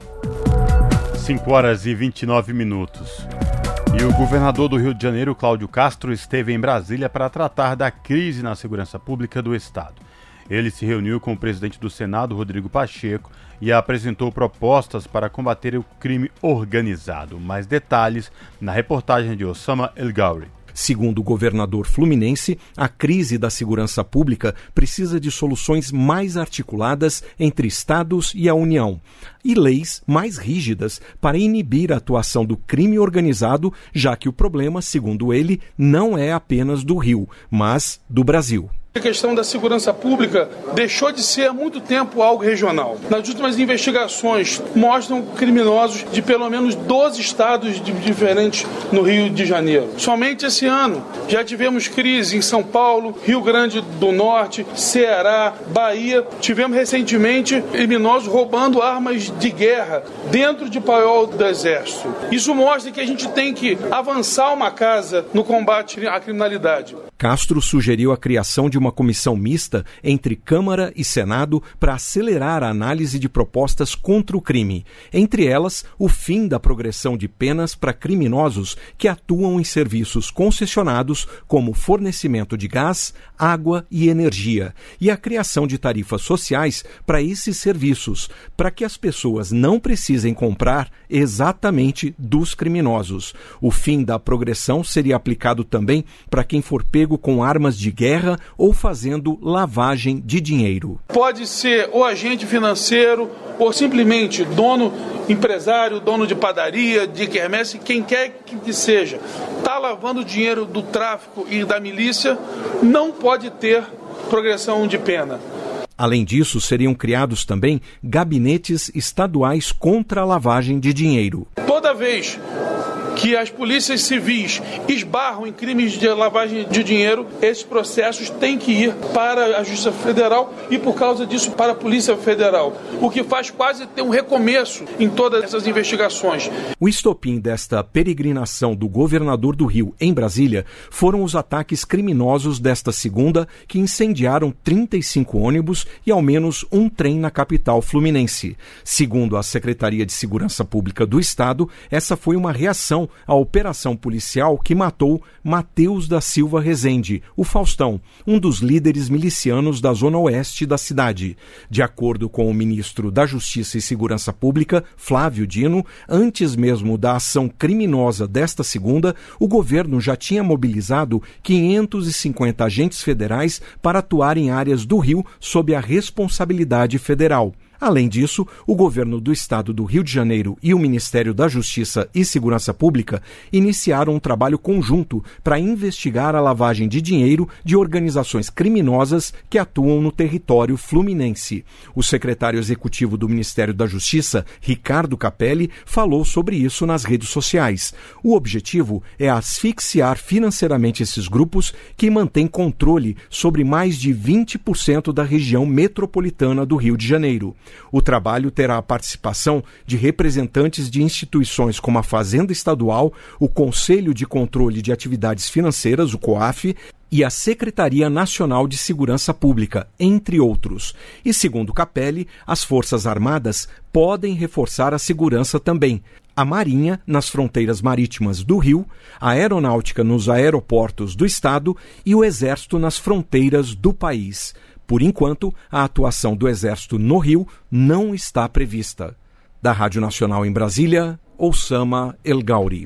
cinco horas e vinte e nove minutos. E o governador do Rio de Janeiro, Cláudio Castro, esteve em Brasília para tratar da crise na segurança pública do Estado. Ele se reuniu com o presidente do Senado, Rodrigo Pacheco, e apresentou propostas para combater o crime organizado. Mais detalhes na reportagem de Osama El Gauri.
Segundo o governador fluminense, a crise da segurança pública precisa de soluções mais articuladas entre estados e a União e leis mais rígidas para inibir a atuação do crime organizado, já que o problema, segundo ele, não é apenas do Rio, mas do Brasil.
A questão da segurança pública deixou de ser há muito tempo algo regional. Nas últimas investigações mostram criminosos de pelo menos doze estados diferentes no Rio de Janeiro. Somente esse ano já tivemos crise em São Paulo, Rio Grande do Norte, Ceará, Bahia. Tivemos recentemente criminosos roubando armas de guerra dentro de paiol do Exército. Isso mostra que a gente tem que avançar uma casa no combate à criminalidade.
Castro sugeriu a criação de uma comissão mista entre Câmara e Senado para acelerar a análise de propostas contra o crime. Entre elas, o fim da progressão de penas para criminosos que atuam em serviços concessionados como fornecimento de gás, água e energia, e a criação de tarifas sociais para esses serviços, para que as pessoas não precisem comprar exatamente dos criminosos. O fim da progressão seria aplicado também para quem for pego com armas de guerra ou fazendo lavagem de dinheiro.
Pode ser o agente financeiro ou simplesmente dono, empresário, dono de padaria, de quermesse, quem quer que seja. Está lavando dinheiro do tráfico e da milícia, não pode ter progressão de pena.
Além disso, seriam criados também gabinetes estaduais contra a lavagem de dinheiro.
Toda vez que as polícias civis esbarram em crimes de lavagem de dinheiro, esses processos têm que ir para a Justiça Federal e, por causa disso, para a Polícia Federal, o que faz quase ter um recomeço em todas essas investigações.
O estopim desta peregrinação do governador do Rio em Brasília foram os ataques criminosos desta segunda que incendiaram trinta e cinco ônibus e ao menos um trem na capital fluminense. Segundo a Secretaria de Segurança Pública do Estado, essa foi uma reação à operação policial que matou Matheus da Silva Rezende, o Faustão, um dos líderes milicianos da zona oeste da cidade. De acordo com o ministro da Justiça e Segurança Pública, Flávio Dino, antes mesmo da ação criminosa desta segunda, o governo já tinha mobilizado quinhentos e cinquenta agentes federais para atuar em áreas do Rio sob a responsabilidade federal. Além disso, o governo do estado do Rio de Janeiro e o Ministério da Justiça e Segurança Pública iniciaram um trabalho conjunto para investigar a lavagem de dinheiro de organizações criminosas que atuam no território fluminense. O secretário executivo do Ministério da Justiça, Ricardo Capelli, falou sobre isso nas redes sociais. O objetivo é asfixiar financeiramente esses grupos que mantêm controle sobre mais de vinte por cento da região metropolitana do Rio de Janeiro. O trabalho terá a participação de representantes de instituições como a Fazenda Estadual, o Conselho de Controle de Atividades Financeiras, o COAF, e a Secretaria Nacional de Segurança Pública, entre outros. E, segundo Capelli, as Forças Armadas podem reforçar a segurança também. A Marinha nas fronteiras marítimas do Rio, a Aeronáutica nos aeroportos do Estado e o Exército nas fronteiras do país. Por enquanto, a atuação do Exército no Rio não está prevista. Da Rádio Nacional em Brasília, Oussama El Gauri.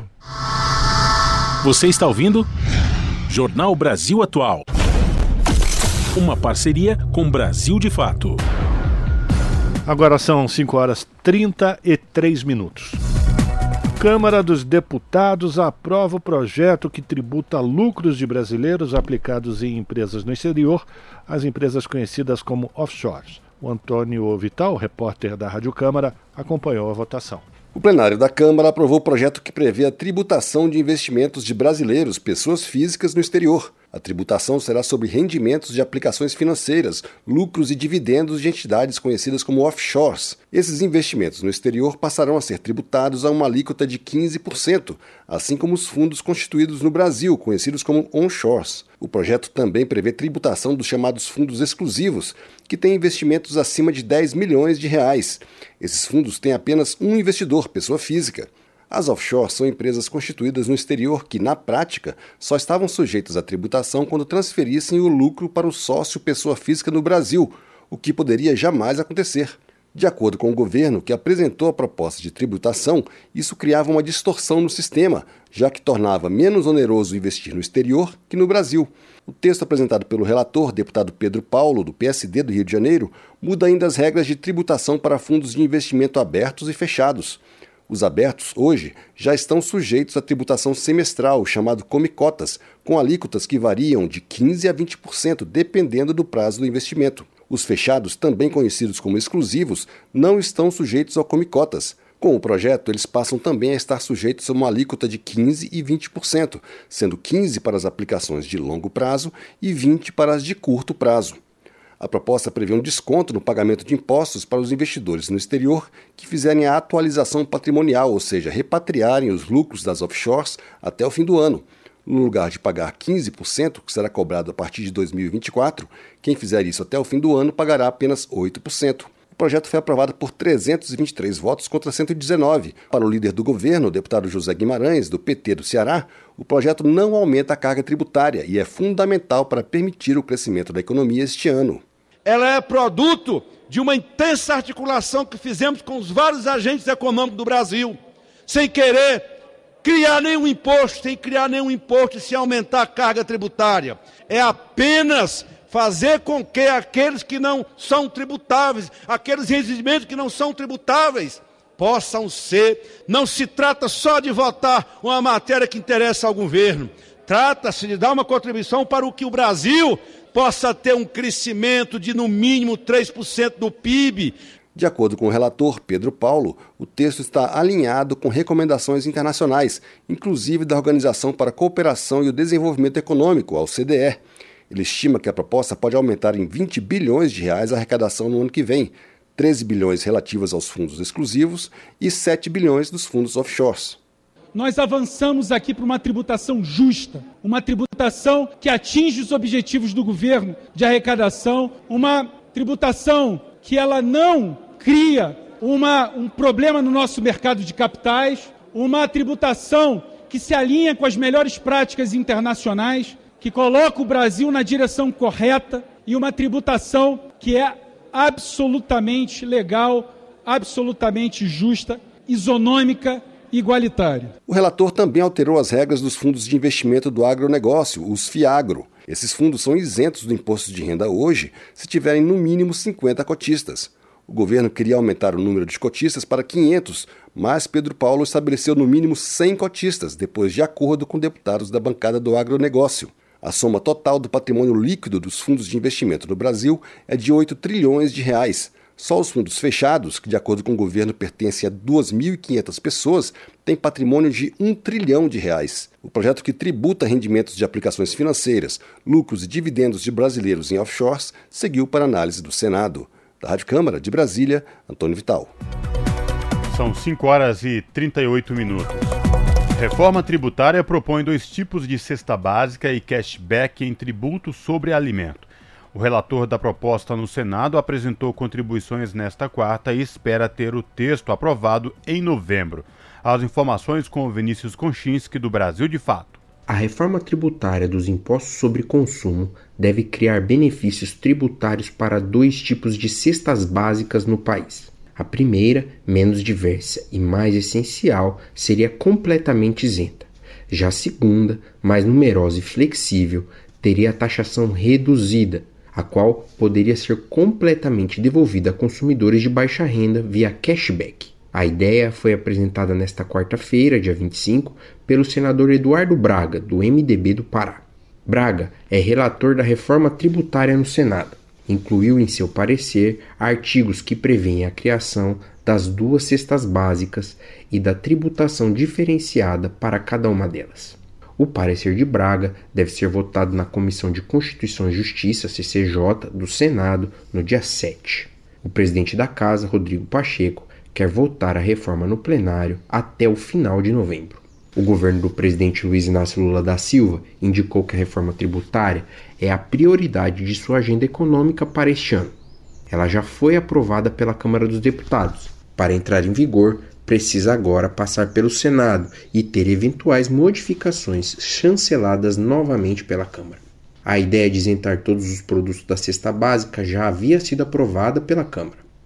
Você está ouvindo? Jornal Brasil Atual. Uma parceria com Brasil de Fato.
Agora são cinco horas e trinta e três minutos. Câmara dos Deputados aprova o projeto que tributa lucros de brasileiros aplicados em empresas no exterior, as empresas conhecidas como offshores. O Antônio Vital, repórter da Rádio Câmara, acompanhou a votação.
O plenário da Câmara aprovou o projeto que prevê a tributação de investimentos de brasileiros, pessoas físicas, no exterior. A tributação será sobre rendimentos de aplicações financeiras, lucros e dividendos de entidades conhecidas como offshores. Esses investimentos no exterior passarão a ser tributados a uma alíquota de quinze por cento, assim como os fundos constituídos no Brasil, conhecidos como onshores. O projeto também prevê tributação dos chamados fundos exclusivos, que têm investimentos acima de dez milhões de reais. Esses fundos têm apenas um investidor, pessoa física. As offshores são empresas constituídas no exterior que, na prática, só estavam sujeitas à tributação quando transferissem o lucro para o sócio pessoa física no Brasil, o que poderia jamais acontecer. De acordo com o governo, que apresentou a proposta de tributação, isso criava uma distorção no sistema, já que tornava menos oneroso investir no exterior que no Brasil. O texto apresentado pelo relator, deputado Pedro Paulo, do P S D do Rio de Janeiro, muda ainda as regras de tributação para fundos de investimento abertos e fechados. Os abertos, hoje, já estão sujeitos à tributação semestral, chamado Come-Cotas, com alíquotas que variam de quinze por cento a vinte por cento, dependendo do prazo do investimento. Os fechados, também conhecidos como exclusivos, não estão sujeitos ao Come-Cotas. Com o projeto, eles passam também a estar sujeitos a uma alíquota de quinze por cento e vinte por cento, sendo quinze por cento para as aplicações de longo prazo e vinte por cento para as de curto prazo. A proposta prevê um desconto no pagamento de impostos para os investidores no exterior que fizerem a atualização patrimonial, ou seja, repatriarem os lucros das offshores até o fim do ano. No lugar de pagar quinze por cento, que será cobrado a partir de dois mil e vinte e quatro, quem fizer isso até o fim do ano pagará apenas oito por cento. O projeto foi aprovado por trezentos e vinte e três votos contra cento e dezenove. Para o líder do governo, o deputado José Guimarães, do P T do Ceará, o projeto não aumenta a carga tributária e é fundamental para permitir o crescimento da economia este ano.
Ela é produto de uma intensa articulação que fizemos com os vários agentes econômicos do Brasil, sem querer criar nenhum imposto, sem criar nenhum imposto e sem aumentar a carga tributária. É apenas fazer com que aqueles que não são tributáveis, aqueles rendimentos que não são tributáveis, possam ser. Não se trata só de votar uma matéria que interessa ao governo. Trata-se de dar uma contribuição para o que o Brasil possa ter um crescimento de, no mínimo, três por cento do P I B.
De acordo com o relator Pedro Paulo, o texto está alinhado com recomendações internacionais, inclusive da Organização para a Cooperação e o Desenvolvimento Econômico, a O C D E. Ele estima que a proposta pode aumentar em vinte bilhões de reais a arrecadação no ano que vem, treze bilhões relativas aos fundos exclusivos e sete bilhões dos fundos offshores.
Nós avançamos aqui para uma tributação justa, uma tributação que atinge os objetivos do governo de arrecadação, uma tributação que ela não cria uma, um problema no nosso mercado de capitais, uma tributação que se alinha com as melhores práticas internacionais, que coloca o Brasil na direção correta e uma tributação que é absolutamente legal, absolutamente justa, isonômica, igualitária.
O relator também alterou as regras dos fundos de investimento do agronegócio, os FIAGRO. Esses fundos são isentos do imposto de renda hoje se tiverem no mínimo cinquenta cotistas. O governo queria aumentar o número de cotistas para quinhentos, mas Pedro Paulo estabeleceu no mínimo cem cotistas, depois de acordo com deputados da bancada do agronegócio. A soma total do patrimônio líquido dos fundos de investimento no Brasil é de oito trilhões de reais. Só os fundos fechados, que de acordo com o governo pertencem a duas mil e quinhentas pessoas, têm patrimônio de um trilhão de reais. O projeto que tributa rendimentos de aplicações financeiras, lucros e dividendos de brasileiros em offshores seguiu para análise do Senado. Da Rádio Câmara de Brasília, Antônio Vital.
São cinco horas e trinta e oito minutos. Reforma tributária propõe dois tipos de cesta básica e cashback em tributo sobre alimento. O relator da proposta no Senado apresentou contribuições nesta quarta e espera ter o texto aprovado em novembro. As informações com o Vinícius Konchinski, do Brasil de Fato.
A reforma tributária dos impostos sobre consumo deve criar benefícios tributários para dois tipos de cestas básicas no país. A primeira, menos diversa e mais essencial, seria completamente isenta. Já a segunda, mais numerosa e flexível, teria a taxação reduzida, a qual poderia ser completamente devolvida a consumidores de baixa renda via cashback. A ideia foi apresentada nesta quarta-feira, dia vinte e cinco, pelo senador Eduardo Braga, do M D B do Pará. Braga é relator da reforma tributária no Senado. Incluiu em seu parecer artigos que prevêem a criação das duas cestas básicas e da tributação diferenciada para cada uma delas. O parecer de Braga deve ser votado na Comissão de Constituição e Justiça, C C J, do Senado, no dia sete. O presidente da Casa, Rodrigo Pacheco, quer votar a reforma no plenário até o final de novembro. O governo do presidente Luiz Inácio Lula da Silva indicou que a reforma tributária é a prioridade de sua agenda econômica para este ano. Ela já foi aprovada pela Câmara dos Deputados. Para entrar em vigor, precisa agora passar pelo Senado e ter eventuais modificações chanceladas novamente pela Câmara. A ideia de isentar todos os produtos da cesta básica já havia sido aprovada pela Câmara.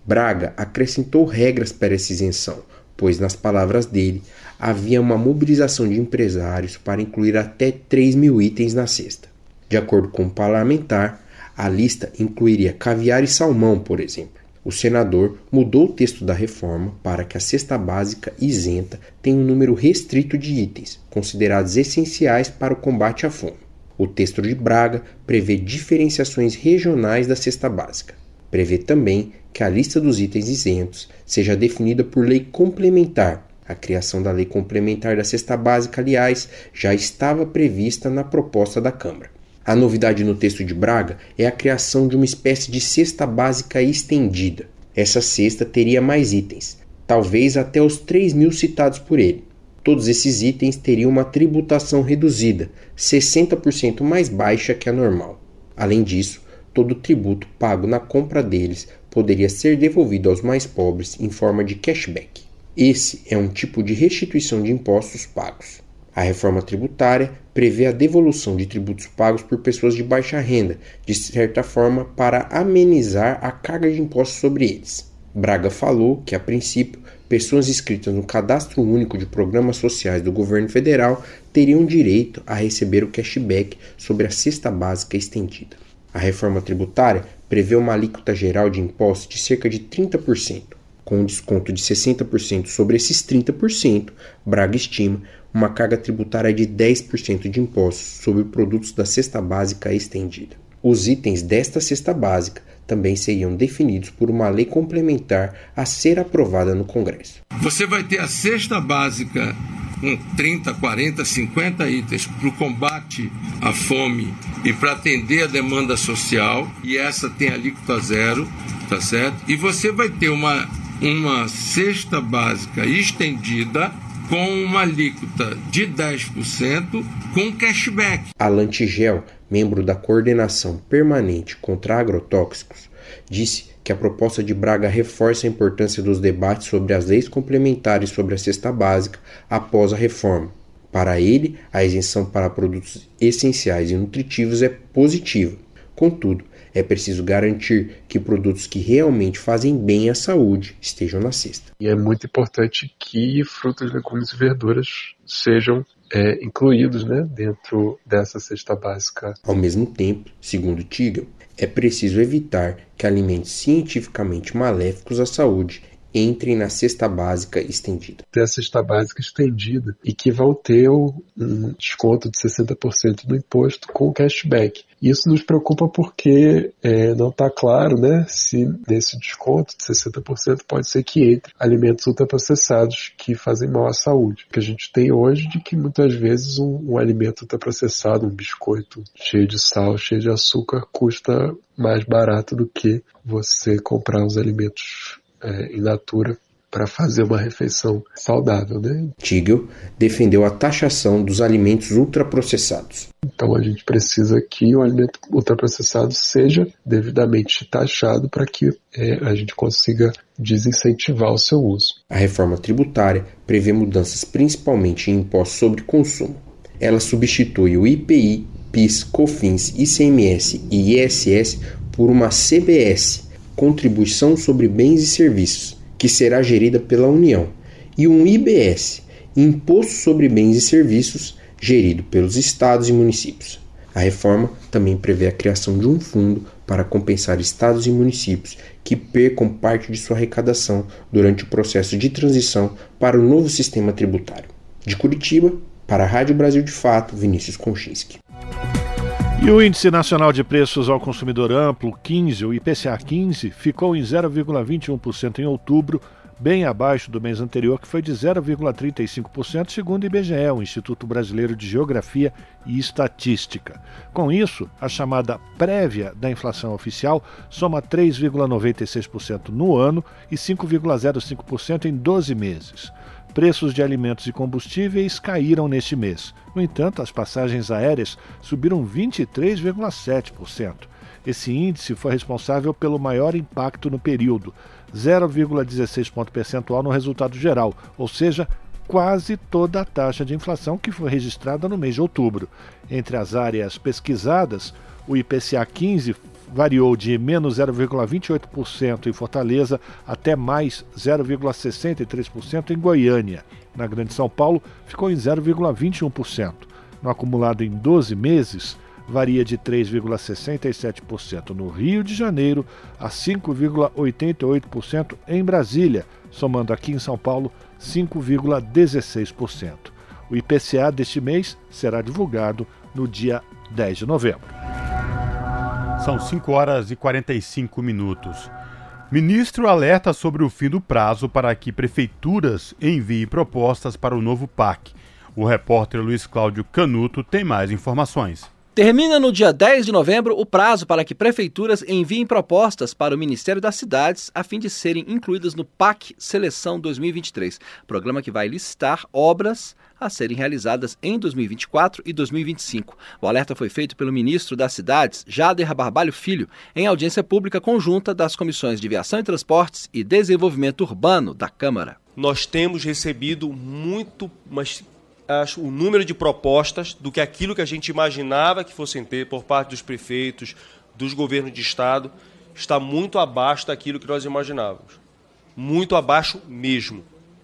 Braga acrescentou regras para essa isenção, pois, nas palavras dele, havia uma mobilização de empresários para incluir até três mil itens na cesta. De acordo com o parlamentar, a lista incluiria caviar e salmão, por exemplo. O senador mudou o texto da reforma para que a cesta básica isenta tenha um número restrito de itens, considerados essenciais para o combate à fome. O texto de Braga prevê diferenciações regionais da cesta básica. Prevê também que a lista dos itens isentos seja definida por lei complementar. A criação da lei complementar da cesta básica, aliás, já estava prevista na proposta da Câmara. A novidade no texto de Braga é a criação de uma espécie de cesta básica estendida. Essa cesta teria mais itens, talvez até os três mil citados por ele. Todos esses itens teriam uma tributação reduzida, sessenta por cento mais baixa que a normal. Além disso, todo o tributo pago na compra deles poderia ser devolvido aos mais pobres em forma de cashback. Esse é um tipo de restituição de impostos pagos. A reforma tributária prevê a devolução de tributos pagos por pessoas de baixa renda, de certa forma para amenizar a carga de impostos sobre eles. Braga falou que, a princípio, pessoas inscritas no Cadastro Único de Programas Sociais do governo federal teriam direito a receber o cashback sobre a cesta básica estendida. A reforma tributária prevê uma alíquota geral de impostos de cerca de trinta por cento. Com um desconto de sessenta por cento sobre esses trinta por cento, Braga estima uma carga tributária de dez por cento de impostos sobre produtos da cesta básica estendida. Os itens desta cesta básica também seriam definidos por uma lei complementar a ser aprovada no Congresso.
Você vai ter a cesta básica com trinta, quarenta, cinquenta itens para o combate à fome e para atender a demanda social, e essa tem alíquota zero, tá certo? E você vai ter uma, uma cesta básica estendida com uma alíquota de dez por cento com cashback.
Alan Tigel, membro da Coordenação Permanente contra Agrotóxicos, disse que a proposta de Braga reforça a importância dos debates sobre as leis complementares sobre a cesta básica após a reforma. Para ele, a isenção para produtos essenciais e nutritivos é positiva. Contudo, é preciso garantir que produtos que realmente fazem bem à saúde estejam na cesta.
E é muito importante que frutas, legumes e verduras sejam é, incluídos, né, dentro dessa cesta básica.
Ao mesmo tempo, segundo Tigel, é preciso evitar que alimentos cientificamente maléficos à saúde entrem na cesta básica estendida.
Tem a cesta básica estendida e que vão ter um desconto de sessenta por cento do imposto com cashback. Isso nos preocupa porque é, não está claro, né, se nesse desconto de sessenta por cento pode ser que entre alimentos ultraprocessados que fazem mal à saúde. O que a gente tem hoje de que muitas vezes um, um alimento ultraprocessado, um biscoito cheio de sal, cheio de açúcar, custa mais barato do que você comprar os alimentos É, in natura para fazer uma refeição saudável, né?
Tigel defendeu a taxação dos alimentos ultraprocessados.
Então a gente precisa que o alimento ultraprocessado seja devidamente taxado para que é, a gente consiga desincentivar o seu uso.
A reforma tributária prevê mudanças principalmente em impostos sobre consumo. Ela substitui o I P I, PIS, COFINS, I C M S e I S S por uma C B S, Contribuição sobre Bens e Serviços, que será gerida pela União, e um I B S, Imposto sobre Bens e Serviços, gerido pelos estados e municípios. A reforma também prevê a criação de um fundo para compensar estados e municípios que percam parte de sua arrecadação durante o processo de transição para o novo sistema tributário. De Curitiba, para a Rádio Brasil de Fato, Vinícius Konchinski.
E o Índice Nacional de Preços ao Consumidor Amplo, quinze, o I P C A quinze, ficou em zero vírgula vinte e um por cento em outubro, bem abaixo do mês anterior, que foi de zero vírgula trinta e cinco por cento, segundo o I B G E, o Instituto Brasileiro de Geografia e Estatística. Com isso, a chamada prévia da inflação oficial soma três vírgula noventa e seis por cento no ano e cinco vírgula zero cinco por cento em doze meses. Preços de alimentos e combustíveis caíram neste mês. No entanto, as passagens aéreas subiram vinte e três vírgula sete por cento. Esse índice foi responsável pelo maior impacto no período, zero vírgula dezesseis ponto percentual no resultado geral, ou seja, quase toda a taxa de inflação que foi registrada no mês de outubro. Entre as áreas pesquisadas, o I P C A quinze variou de menos zero vírgula vinte e oito por cento em Fortaleza até mais zero vírgula sessenta e três por cento em Goiânia. Na Grande São Paulo, ficou em zero vírgula vinte e um por cento. No acumulado em doze meses, varia de três vírgula sessenta e sete por cento no Rio de Janeiro a cinco vírgula oitenta e oito por cento em Brasília, somando aqui em São Paulo cinco vírgula dezesseis por cento. O I P C A deste mês será divulgado no dia dez de novembro.
São cinco horas e quarenta e cinco minutos. Ministro alerta sobre o fim do prazo para que prefeituras enviem propostas para o novo P A C. O repórter Luiz Cláudio Canuto tem mais informações.
Termina no dia dez de novembro o prazo para que prefeituras enviem propostas para o Ministério das Cidades a fim de serem incluídas no P A C Seleção dois mil e vinte e três, programa que vai listar obras a serem realizadas em dois mil e vinte e quatro e dois mil e vinte e cinco. O alerta foi feito pelo ministro das Cidades, Jader Barbalho Filho, em audiência pública conjunta das Comissões de Viação e Transportes e Desenvolvimento Urbano da Câmara.
Nós temos recebido muito, mas acho, o número de propostas do que aquilo que a gente imaginava que fossem ter por parte dos prefeitos, dos governos de estado, está muito abaixo daquilo que nós imaginávamos. Muito abaixo mesmo.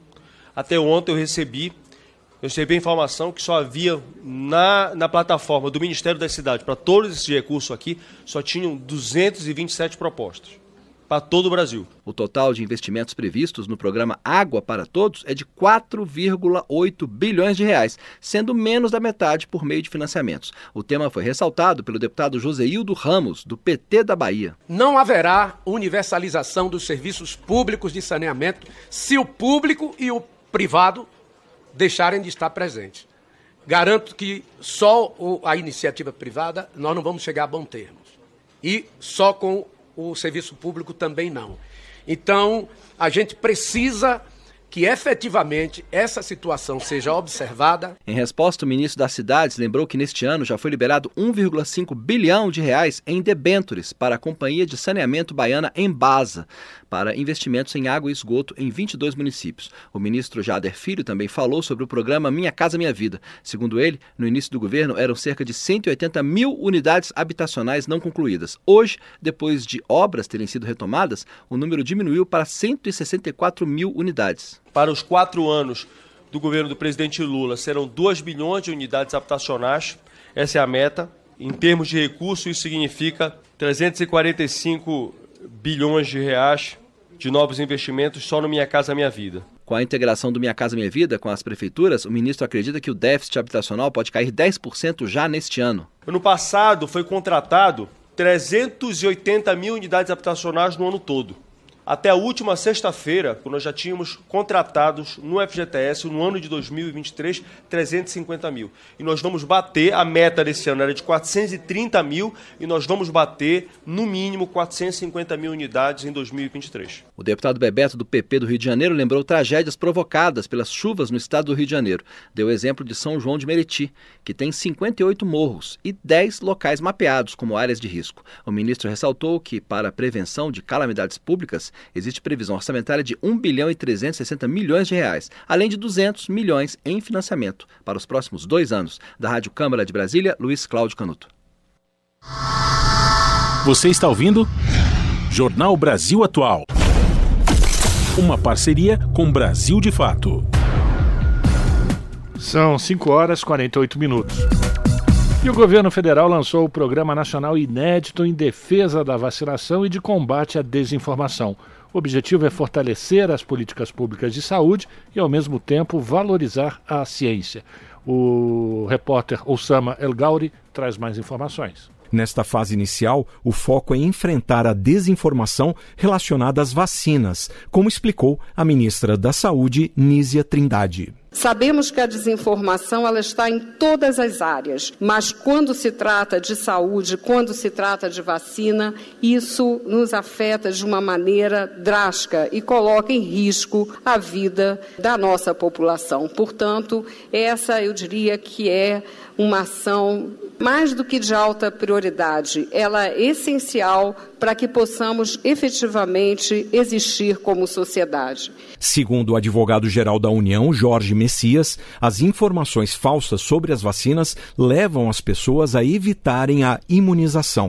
Até ontem eu recebi Eu recebi a informação que só havia na, na plataforma do Ministério das Cidades, para todos esses recursos aqui, só tinham duzentas e vinte e sete propostas, para todo o Brasil.
O total de investimentos previstos no programa Água para Todos é de quatro vírgula oito bilhões de reais, sendo menos da metade por meio de financiamentos. O tema foi ressaltado pelo deputado Joseildo Ramos, do P T da Bahia.
Não haverá universalização dos serviços públicos de saneamento se o público e o privado deixarem de estar presentes. Garanto que só a iniciativa privada nós não vamos chegar a bom termos. E só com o serviço público também não. Então, a gente precisa que efetivamente essa situação seja observada.
Em resposta, o ministro das Cidades lembrou que neste ano já foi liberado um vírgula cinco bilhão de reais em debêntures para a Companhia de Saneamento Baiana Embasa, para investimentos em água e esgoto em vinte e dois municípios. O ministro Jader Filho também falou sobre o programa Minha Casa Minha Vida. Segundo ele, no início do governo eram cerca de cento e oitenta mil unidades habitacionais não concluídas. Hoje, depois de obras terem sido retomadas, o número diminuiu para cento e sessenta e quatro mil unidades.
Para os quatro anos do governo do presidente Lula, serão dois bilhões de unidades habitacionais. Essa é a meta. Em termos de recursos, isso significa trezentos e quarenta e cinco bilhões de reais de novos investimentos só no Minha Casa Minha Vida.
Com a integração do Minha Casa Minha Vida com as prefeituras, o ministro acredita que o déficit habitacional pode cair dez por cento já neste ano.
No passado, foi contratado trezentas e oitenta mil unidades habitacionais no ano todo. Até a última sexta-feira, nós já tínhamos contratados no F G T S, no ano de dois mil e vinte e três, trezentos e cinquenta mil. E nós vamos bater, a meta desse ano era de quatrocentos e trinta mil, e nós vamos bater, no mínimo, quatrocentas e cinquenta mil unidades em dois mil e vinte e três.
O deputado Bebeto, do P P do Rio de Janeiro, lembrou tragédias provocadas pelas chuvas no estado do Rio de Janeiro. Deu exemplo de São João de Meriti, que tem cinquenta e oito morros e dez locais mapeados como áreas de risco. O ministro ressaltou que, para a prevenção de calamidades públicas, existe previsão orçamentária de um bilhão e trezentos e sessenta milhões de reais, além de duzentos milhões em financiamento para os próximos dois anos. Da Rádio Câmara de Brasília, Luiz Cláudio Canuto.
Você está ouvindo Jornal Brasil Atual. Uma parceria com Brasil de Fato.
São cinco horas e quarenta e oito minutos. E o governo federal lançou o Programa Nacional Inédito em Defesa da Vacinação e de Combate à Desinformação. O objetivo é fortalecer as políticas públicas de saúde e, ao mesmo tempo, valorizar a ciência. O repórter Oussama El Gauri traz mais informações.
Nesta fase inicial, o foco é enfrentar a desinformação relacionada às vacinas, como explicou a ministra da Saúde, Nízia Trindade.
Sabemos que a desinformação ela está em todas as áreas, mas quando se trata de saúde, quando se trata de vacina, isso nos afeta de uma maneira drástica e coloca em risco a vida da nossa população. Portanto, essa eu diria que é uma ação mais do que de alta prioridade, ela é essencial para que possamos efetivamente existir como sociedade.
Segundo o advogado-geral da União, Jorge Messias, as informações falsas sobre as vacinas levam as pessoas a evitarem a imunização.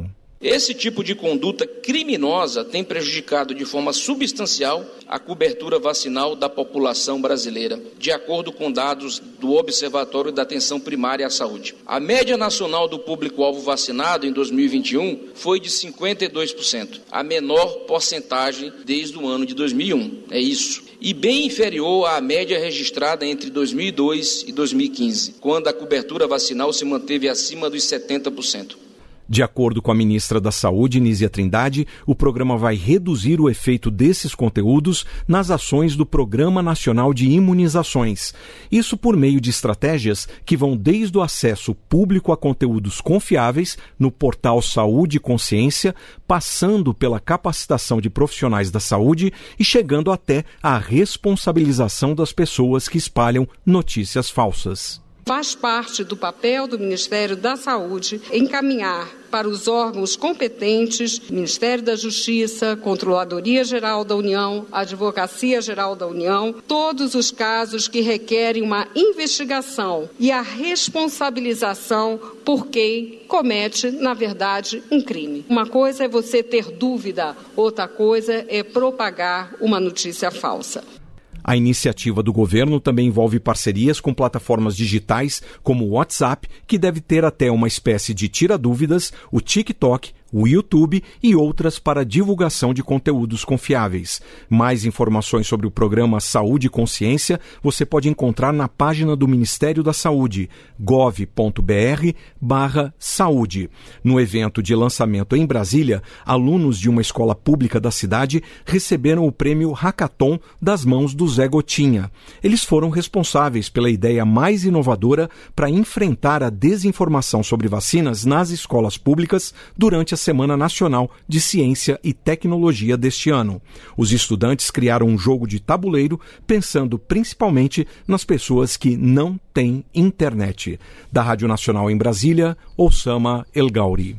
Esse tipo de conduta criminosa tem prejudicado de forma substancial a cobertura vacinal da população brasileira, de acordo com dados do Observatório da Atenção Primária à Saúde. A média nacional do público-alvo vacinado em dois mil e vinte e um foi de cinquenta e dois por cento, a menor porcentagem desde o ano de dois mil e um. É isso. E bem inferior à média registrada entre dois mil e dois e dois mil e quinze, quando a cobertura vacinal se manteve acima dos setenta por cento.
De acordo com a ministra da Saúde, Nízia Trindade, o programa vai reduzir o efeito desses conteúdos nas ações do Programa Nacional de Imunizações. Isso por meio de estratégias que vão desde o acesso público a conteúdos confiáveis no portal Saúde e Consciência, passando pela capacitação de profissionais da saúde e chegando até a responsabilização das pessoas que espalham notícias falsas.
Faz parte do papel do Ministério da Saúde encaminhar para os órgãos competentes, Ministério da Justiça, Controladoria Geral da União, Advocacia Geral da União, todos os casos que requerem uma investigação e a responsabilização por quem comete, na verdade, um crime. Uma coisa é você ter dúvida, outra coisa é propagar uma notícia falsa.
A iniciativa do governo também envolve parcerias com plataformas digitais como o WhatsApp, que deve ter até uma espécie de tira-dúvidas, o TikTok, o YouTube e outras para divulgação de conteúdos confiáveis. Mais informações sobre o programa Saúde e Consciência você pode encontrar na página do Ministério da Saúde, gov ponto br barra saúde. No evento de lançamento em Brasília, alunos de uma escola pública da cidade receberam o prêmio Hackathon das mãos do Zé Gotinha. Eles foram responsáveis pela ideia mais inovadora para enfrentar a desinformação sobre vacinas nas escolas públicas durante a Semana Nacional de Ciência e Tecnologia deste ano. Os estudantes criaram um jogo de tabuleiro pensando principalmente nas pessoas que não têm internet. Da Rádio Nacional em Brasília, Osama El Gauri.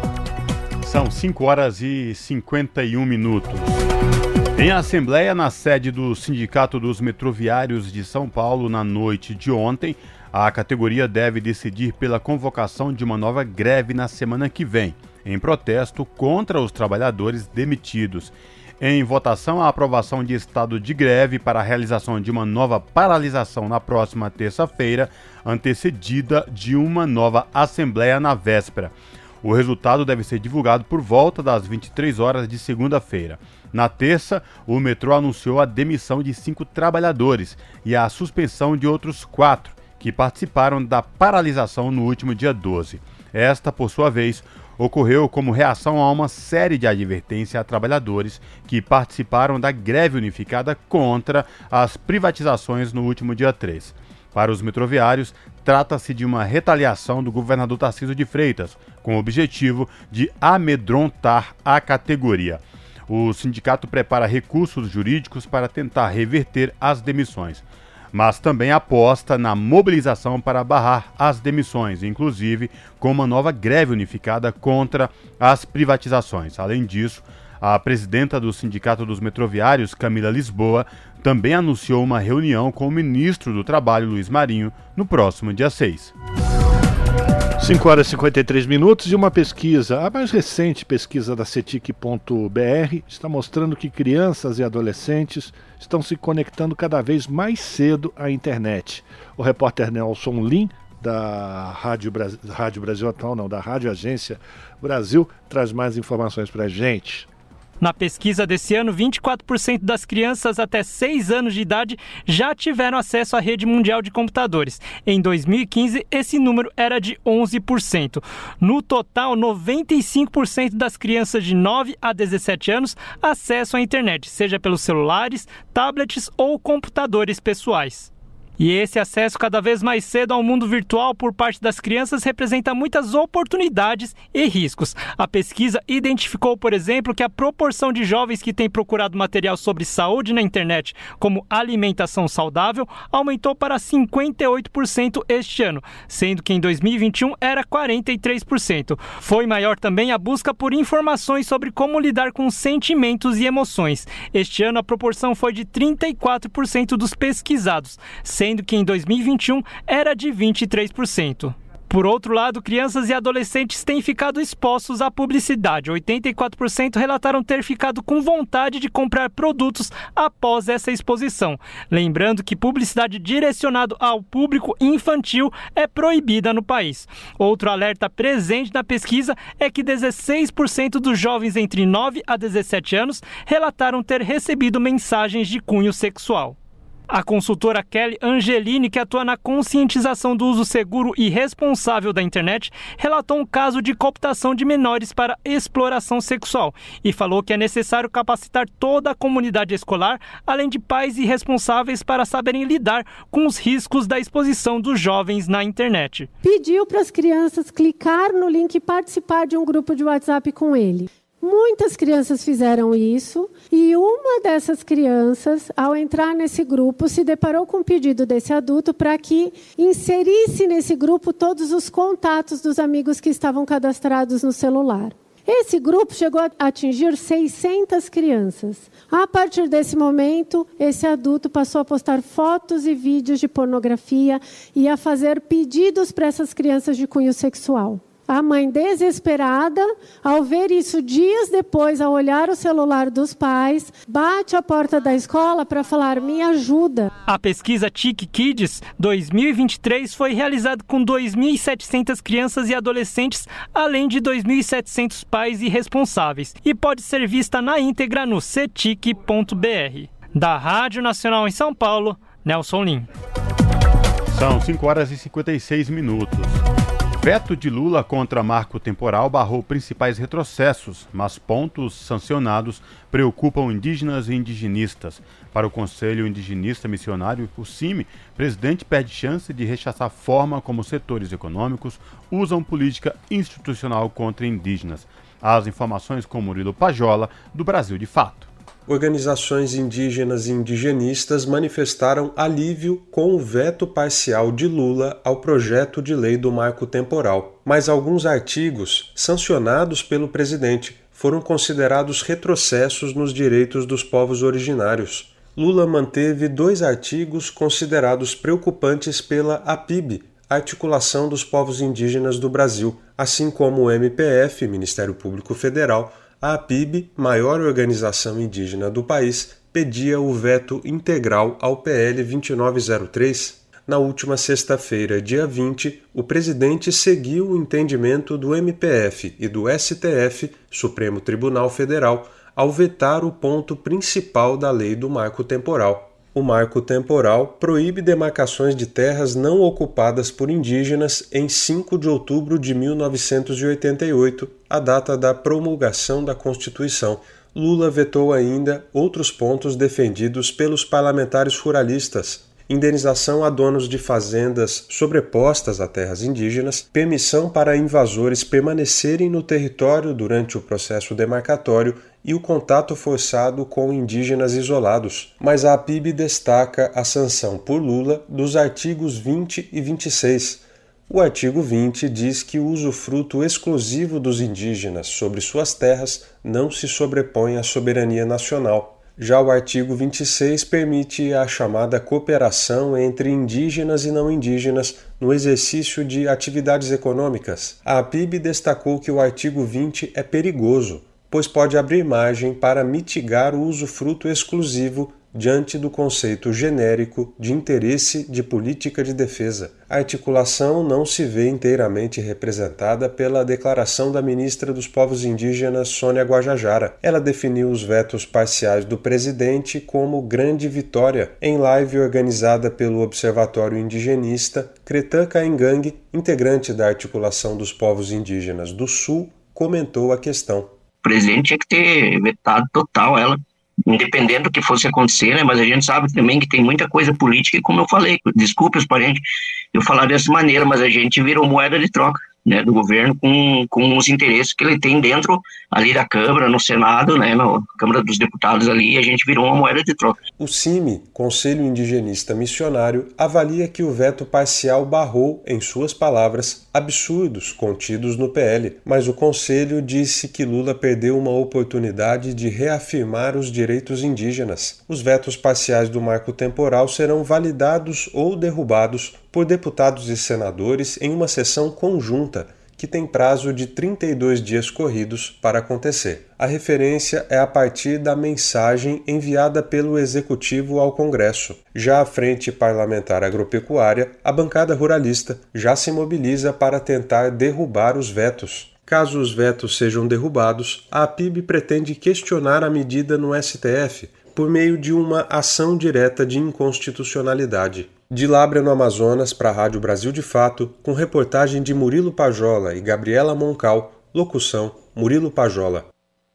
São cinco horas e cinquenta e um minutos. Em assembleia na sede do Sindicato dos Metroviários de São Paulo na noite de ontem, a categoria deve decidir pela convocação de uma nova greve na semana que vem, em protesto contra os trabalhadores demitidos. Em votação, a aprovação de estado de greve para a realização de uma nova paralisação na próxima terça-feira, antecedida de uma nova assembleia na véspera. O resultado deve ser divulgado por volta das vinte e três horas de segunda-feira. Na terça, o metrô anunciou a demissão de cinco trabalhadores e a suspensão de outros quatro, que participaram da paralisação no último dia doze. Esta, por sua vez, ocorreu como reação a uma série de advertências a trabalhadores que participaram da greve unificada contra as privatizações no último dia três. Para os metroviários, trata-se de uma retaliação do governador Tarcísio de Freitas, com o objetivo de amedrontar a categoria. O sindicato prepara recursos jurídicos para tentar reverter as demissões, mas também aposta na mobilização para barrar as demissões, inclusive com uma nova greve unificada contra as privatizações. Além disso, a presidenta do Sindicato dos Metroviários, Camila Lisboa, também anunciou uma reunião com o ministro do Trabalho, Luiz Marinho, no próximo dia seis.
cinco horas e cinquenta e três minutos e uma pesquisa, a mais recente pesquisa da cetic ponto br, está mostrando que crianças e adolescentes estão se conectando cada vez mais cedo à internet. O repórter Nelson Lim, da Rádio, Bras... Rádio Brasil Atual, não, da Rádio Agência Brasil, traz mais informações para a gente.
Na pesquisa desse ano, vinte e quatro por cento das crianças até seis anos de idade já tiveram acesso à rede mundial de computadores. Em dois mil e quinze, esse número era de onze por cento. No total, noventa e cinco por cento das crianças de nove a dezessete anos acessam a internet, seja pelos celulares, tablets ou computadores pessoais. E esse acesso cada vez mais cedo ao mundo virtual por parte das crianças representa muitas oportunidades e riscos. A pesquisa identificou, por exemplo, que a proporção de jovens que têm procurado material sobre saúde na internet, como alimentação saudável, aumentou para cinquenta e oito por cento este ano, sendo que em dois mil e vinte e um era quarenta e três por cento. Foi maior também a busca por informações sobre como lidar com sentimentos e emoções. Este ano a proporção foi de trinta e quatro por cento dos pesquisados, sendo que em dois mil e vinte e um era de vinte e três por cento. Por outro lado, crianças e adolescentes têm ficado expostos à publicidade. oitenta e quatro por cento relataram ter ficado com vontade de comprar produtos após essa exposição. Lembrando que publicidade direcionada ao público infantil é proibida no país. Outro alerta presente na pesquisa é que dezesseis por cento dos jovens entre nove a dezessete anos relataram ter recebido mensagens de cunho sexual. A consultora Kelly Angelini, que atua na conscientização do uso seguro e responsável da internet, relatou um caso de cooptação de menores para exploração sexual e falou que é necessário capacitar toda a comunidade escolar, além de pais e responsáveis, para saberem lidar com os riscos da exposição dos jovens na internet.
Pediu para as crianças clicar no link e participar de um grupo de WhatsApp com ele. Muitas crianças fizeram isso e uma dessas crianças, ao entrar nesse grupo, se deparou com o pedido desse adulto para que inserisse nesse grupo todos os contatos dos amigos que estavam cadastrados no celular. Esse grupo chegou a atingir seiscentas crianças. A partir desse momento, esse adulto passou a postar fotos e vídeos de pornografia e a fazer pedidos para essas crianças de cunho sexual. A mãe, desesperada, ao ver isso dias depois, ao olhar o celular dos pais, bate à porta da escola para falar: me ajuda.
A pesquisa Tic Kids dois mil e vinte e três foi realizada com dois mil e setecentas crianças e adolescentes, além de dois mil e setecentos pais e responsáveis, e pode ser vista na íntegra no cetic ponto b r. Da Rádio Nacional em São Paulo, Nelson Lim.
São cinco horas e cinquenta e seis minutos. Veto de Lula contra marco temporal barrou principais retrocessos, mas pontos sancionados preocupam indígenas e indigenistas. Para o Conselho Indigenista Missionário, o C I M, o presidente perde chance de rechaçar a forma como setores econômicos usam política institucional contra indígenas. As informações com Murilo Pajola, do Brasil de Fato.
Organizações indígenas e indigenistas manifestaram alívio com o veto parcial de Lula ao projeto de lei do marco temporal. Mas alguns artigos, sancionados pelo presidente, foram considerados retrocessos nos direitos dos povos originários. Lula manteve dois artigos considerados preocupantes pela A P I B, Articulação dos Povos Indígenas do Brasil, assim como o M P F, Ministério Público Federal. A A P I B, maior organização indígena do país, pedia o veto integral ao P L vinte e nove zero três. Na última sexta-feira, dia vinte, o presidente seguiu o entendimento do M P F e do S T F, Supremo Tribunal Federal, ao vetar o ponto principal da lei do marco temporal. O marco temporal proíbe demarcações de terras não ocupadas por indígenas em cinco de outubro de mil novecentos e oitenta e oito, a data da promulgação da Constituição. Lula vetou ainda outros pontos defendidos pelos parlamentares ruralistas: indenização a donos de fazendas sobrepostas a terras indígenas, permissão para invasores permanecerem no território durante o processo demarcatório e o contato forçado com indígenas isolados. Mas a A P I B destaca a sanção por Lula dos artigos vinte e vinte e seis. O artigo vinte diz que o usufruto exclusivo dos indígenas sobre suas terras não se sobrepõe à soberania nacional. Já o artigo vinte e seis permite a chamada cooperação entre indígenas e não indígenas no exercício de atividades econômicas. A A P I B destacou que o artigo vinte é perigoso, pois pode abrir margem para mitigar o usufruto exclusivo diante do conceito genérico de interesse de política de defesa. A articulação não se vê inteiramente representada pela declaração da ministra dos Povos Indígenas, Sônia Guajajara. Ela definiu os vetos parciais do presidente como grande vitória. Em live organizada pelo Observatório Indigenista, Cretan Caingangue, integrante da Articulação dos Povos Indígenas do Sul, comentou a questão.
O presidente tinha que ter vetado total ela, independente do que fosse acontecer, né? Mas a gente sabe também que tem muita coisa política e, como eu falei, desculpe os parentes, eu falar dessa maneira, mas a gente virou moeda de troca, né, do governo com, com os interesses que ele tem dentro ali da Câmara, no Senado, né, na Câmara dos Deputados ali, a gente virou uma moeda de troca.
O C I M, Conselho Indigenista Missionário, avalia que o veto parcial barrou, em suas palavras, absurdos contidos no P L, mas o Conselho disse que Lula perdeu uma oportunidade de reafirmar os direitos indígenas. Os vetos parciais do marco temporal serão validados ou derrubados por deputados e senadores em uma sessão conjunta, que tem prazo de trinta e dois dias corridos para acontecer. A referência é a partir da mensagem enviada pelo Executivo ao Congresso. Já a Frente Parlamentar Agropecuária, a bancada ruralista já se mobiliza para tentar derrubar os vetos. Caso os vetos sejam derrubados, a APIB pretende questionar a medida no S T F por meio de uma ação direta de inconstitucionalidade. De Lábrea, no Amazonas, para a Rádio Brasil de Fato, com reportagem de Murilo Pajola e Gabriela Moncal, locução Murilo Pajola.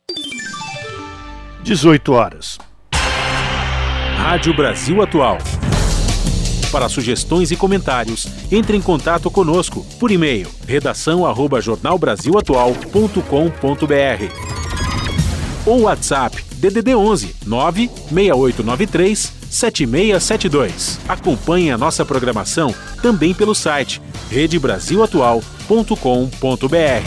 dezoito horas.
Rádio Brasil Atual. Para sugestões e comentários, entre em contato conosco por e-mail redação arroba jornal brasil atual ponto com ponto b r ou WhatsApp D D D onze nove seis oito nove três sete seis sete dois. Acompanhe a nossa programação também pelo site rede brasil atual ponto com ponto b r.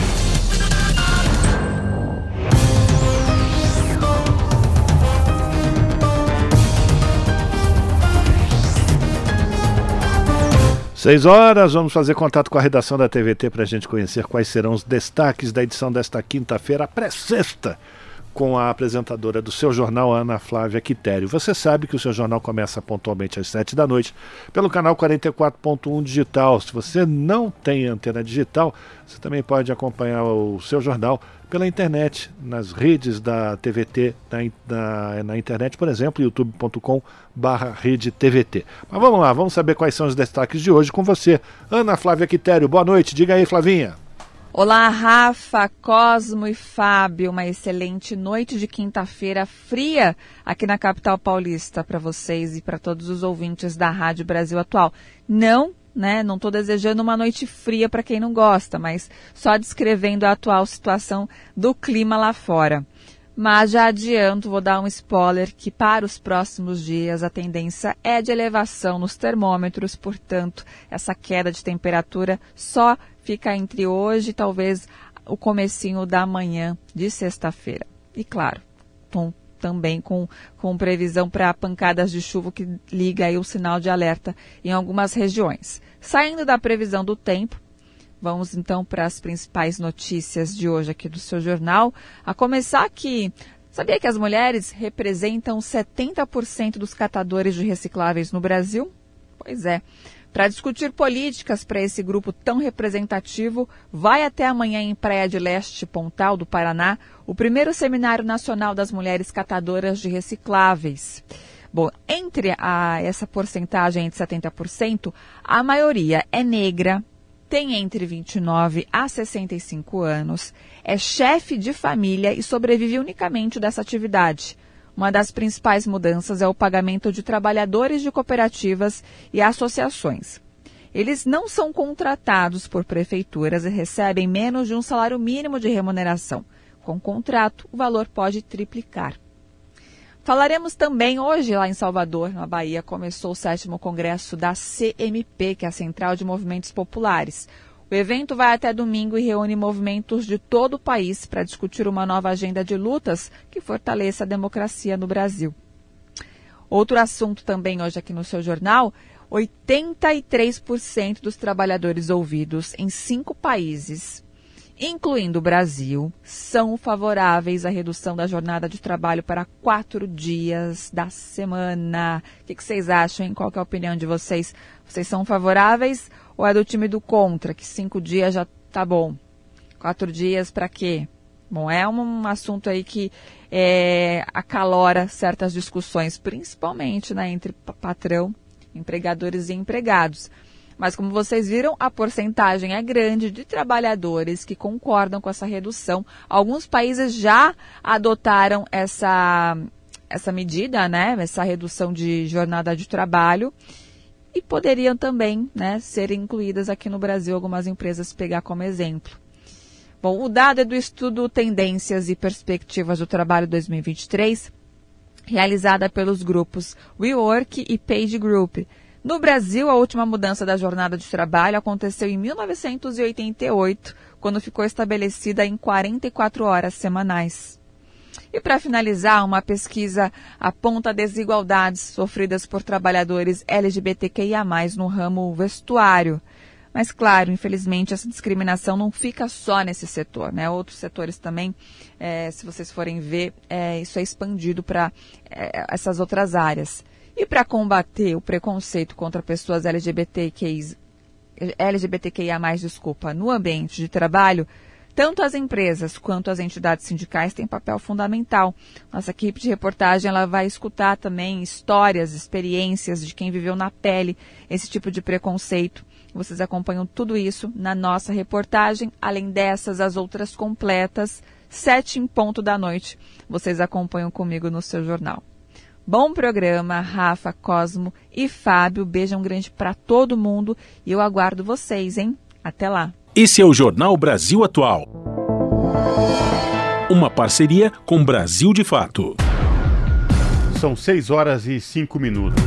Seis horas, vamos fazer contato com a redação da T V T para a gente conhecer quais serão os destaques da edição desta quinta-feira, pré-sexta, com a apresentadora do seu jornal, Ana Flávia Quitério. Você sabe que o seu jornal começa pontualmente às sete da noite pelo canal quarenta e quatro ponto um digital. Se você não tem antena digital, você também pode acompanhar o seu jornal pela internet, nas redes da T V T, na, na, na internet, por exemplo, youtube ponto com barra rede T V T. Mas vamos lá, vamos saber quais são os destaques de hoje com você, Ana Flávia Quitério. Boa noite, diga aí, Flavinha.
Olá, Rafa, Cosmo e Fábio. Uma excelente noite de quinta-feira fria aqui na capital paulista para vocês e para todos os ouvintes da Rádio Brasil Atual. Não, né, não estou desejando uma noite fria para quem não gosta, mas só descrevendo a atual situação do clima lá fora. Mas já adianto, vou dar um spoiler, que para os próximos dias a tendência é de elevação nos termômetros, portanto, essa queda de temperatura só fica entre hoje e talvez o comecinho da manhã de sexta-feira. E claro, com, também com, com previsão para pancadas de chuva que liga aí o sinal de alerta em algumas regiões. Saindo da previsão do tempo, vamos então para as principais notícias de hoje aqui do seu jornal. A começar que, sabia que as mulheres representam setenta por cento dos catadores de recicláveis no Brasil? Pois é. Para discutir políticas para esse grupo tão representativo, vai até amanhã em Praia de Leste, Pontal, do Paraná, o primeiro Seminário Nacional das Mulheres Catadoras de Recicláveis. Bom, entre a, essa porcentagem de setenta por cento, a maioria é negra, tem entre vinte e nove a sessenta e cinco anos, é chefe de família e sobrevive unicamente dessa atividade. Uma das principais mudanças é o pagamento de trabalhadores de cooperativas e associações. Eles não são contratados por prefeituras e recebem menos de um salário mínimo de remuneração. Com contrato, o valor pode triplicar. Falaremos também hoje, lá em Salvador, na Bahia, começou o sétimo congresso da C M P, que é a Central de Movimentos Populares. O evento vai até domingo e reúne movimentos de todo o país para discutir uma nova agenda de lutas que fortaleça a democracia no Brasil. Outro assunto também hoje aqui no seu jornal, oitenta e três por cento dos trabalhadores ouvidos em cinco países, incluindo o Brasil, são favoráveis à redução da jornada de trabalho para quatro dias da semana. O que, que vocês acham, hein? Qual que é a opinião de vocês? Vocês são favoráveis ou é do time do contra, que cinco dias já tá bom? Quatro dias para quê? Bom, é um assunto aí que é, acalora certas discussões, principalmente, né, entre patrão, empregadores e empregados. Mas, como vocês viram, a porcentagem é grande de trabalhadores que concordam com essa redução. Alguns países já adotaram essa, essa medida, né, essa redução de jornada de trabalho. E poderiam também, né, ser incluídas aqui no Brasil, algumas empresas pegar como exemplo. Bom, o dado é do estudo Tendências e Perspectivas do Trabalho dois mil e vinte e três, realizada pelos grupos WeWork e Page Group. No Brasil, a última mudança da jornada de trabalho aconteceu em mil novecentos e oitenta e oito, quando ficou estabelecida em quarenta e quatro horas semanais. E para finalizar, uma pesquisa aponta desigualdades sofridas por trabalhadores L G B T Q I A mais, no ramo vestuário. Mas, claro, infelizmente, essa discriminação não fica só nesse setor, né? Outros setores também, é, se vocês forem ver, é, isso é expandido para é, essas outras áreas. E para combater o preconceito contra pessoas L G B T Q I A mais, desculpa, no ambiente de trabalho, tanto as empresas quanto as entidades sindicais têm papel fundamental. Nossa equipe de reportagem ela vai escutar também histórias, experiências de quem viveu na pele esse tipo de preconceito. Vocês acompanham tudo isso na nossa reportagem. Além dessas, as outras completas, sete em ponto da noite. Vocês acompanham comigo no seu jornal. Bom programa, Rafa, Cosmo e Fábio. Beijão grande para todo mundo e eu aguardo vocês, hein? Até lá.
Esse é o Jornal Brasil Atual. Uma parceria com Brasil de Fato.
São seis horas e cinco minutos.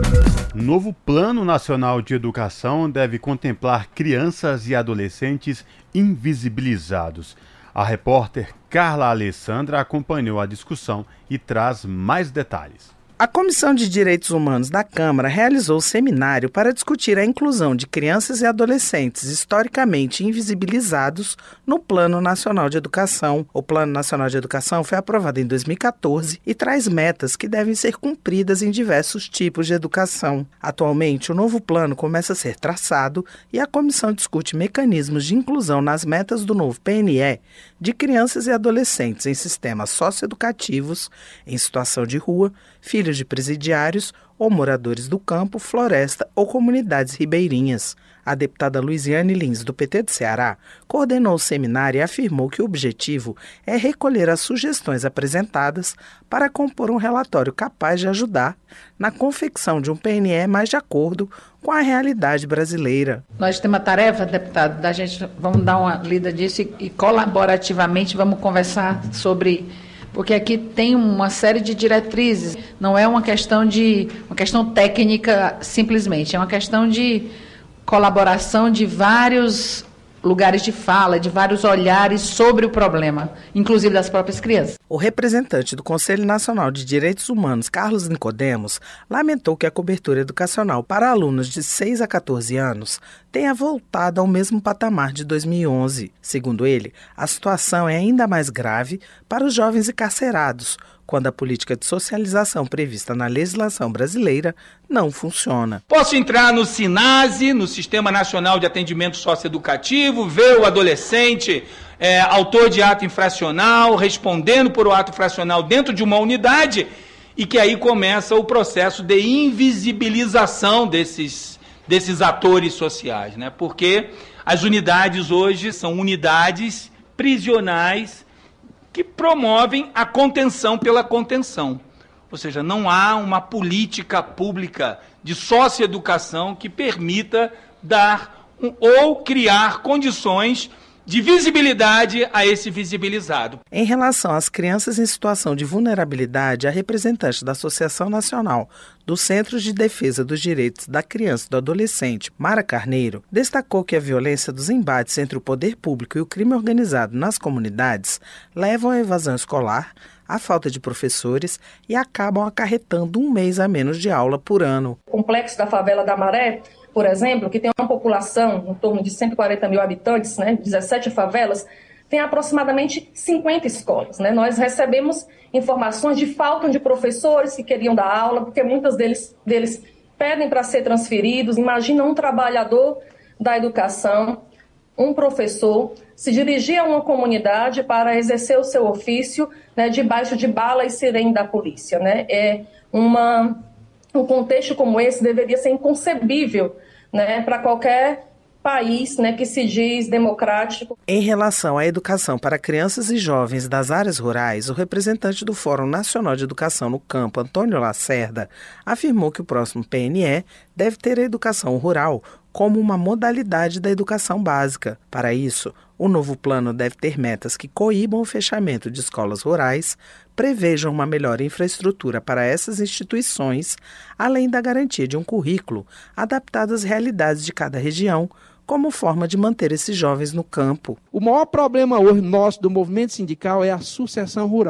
Novo Plano Nacional de Educação deve contemplar crianças e adolescentes invisibilizados. A repórter Carla Alessandra acompanhou a discussão e traz mais detalhes.
A Comissão de Direitos Humanos da Câmara realizou seminário para discutir a inclusão de crianças e adolescentes historicamente invisibilizados no Plano Nacional de Educação. O Plano Nacional de Educação foi aprovado em dois mil e catorze e traz metas que devem ser cumpridas em diversos tipos de educação. Atualmente, o novo plano começa a ser traçado e a comissão discute mecanismos de inclusão nas metas do novo P N E de crianças e adolescentes em sistemas socioeducativos, em situação de rua, filhos de presidiários ou moradores do campo, floresta ou comunidades ribeirinhas. A deputada Luiziane Lins, do P T do Ceará, coordenou o seminário e afirmou que o objetivo é recolher as sugestões apresentadas para compor um relatório capaz de ajudar na confecção de um P N E mais de acordo com a realidade brasileira.
Nós temos uma tarefa, deputado, da gente, vamos dar uma lida disso e, e colaborativamente vamos conversar sobre... Porque aqui tem uma série de diretrizes, não é uma questão de uma questão técnica simplesmente, é uma questão de colaboração de vários lugares de fala, de vários olhares sobre o problema, inclusive das próprias crianças.
O representante do Conselho Nacional de Direitos Humanos, Carlos Nicodemos, lamentou que a cobertura educacional para alunos de seis a catorze anos tenha voltado ao mesmo patamar de dois mil e onze. Segundo ele, a situação é ainda mais grave para os jovens encarcerados, quando a política de socialização prevista na legislação brasileira não funciona.
Posso entrar no SINASE, no Sistema Nacional de Atendimento Socioeducativo, ver o adolescente é, autor de ato infracional, respondendo por o ato infracional dentro de uma unidade, e que aí começa o processo de invisibilização desses, desses atores sociais, né? Porque as unidades hoje são unidades prisionais que promovem a contenção pela contenção. Ou seja, não há uma política pública de socioeducação que permita dar um, ou criar condições de visibilidade a esse visibilizado.
Em relação às crianças em situação de vulnerabilidade, a representante da Associação Nacional dos Centros de Defesa dos Direitos da Criança e do Adolescente, Mara Carneiro, destacou que a violência dos embates entre o poder público e o crime organizado nas comunidades levam à evasão escolar, à falta de professores e acabam acarretando um mês a menos de aula por ano.
O complexo da favela da Maré, por exemplo, que tem uma população em torno de cento e quarenta mil habitantes, né, dezessete favelas, tem aproximadamente cinquenta escolas. Né? Nós recebemos informações de falta de professores que queriam dar aula, porque muitos deles, deles pedem para ser transferidos. Imagina um trabalhador da educação, um professor, se dirigir a uma comunidade para exercer o seu ofício, né, debaixo de bala e sirene da polícia. Né? É uma... Um contexto como esse deveria ser inconcebível, né, para qualquer país, né, que se diz democrático.
Em relação à educação para crianças e jovens das áreas rurais, o representante do Fórum Nacional de Educação no Campo, Antônio Lacerda, afirmou que o próximo P N E deve ter a educação rural como uma modalidade da educação básica. Para isso, o novo plano deve ter metas que coíbam o fechamento de escolas rurais, prevejam uma melhor infraestrutura para essas instituições, além da garantia de um currículo adaptado às realidades de cada região, como forma de manter esses jovens no campo.
O maior problema hoje nosso do movimento sindical é a sucessão rural.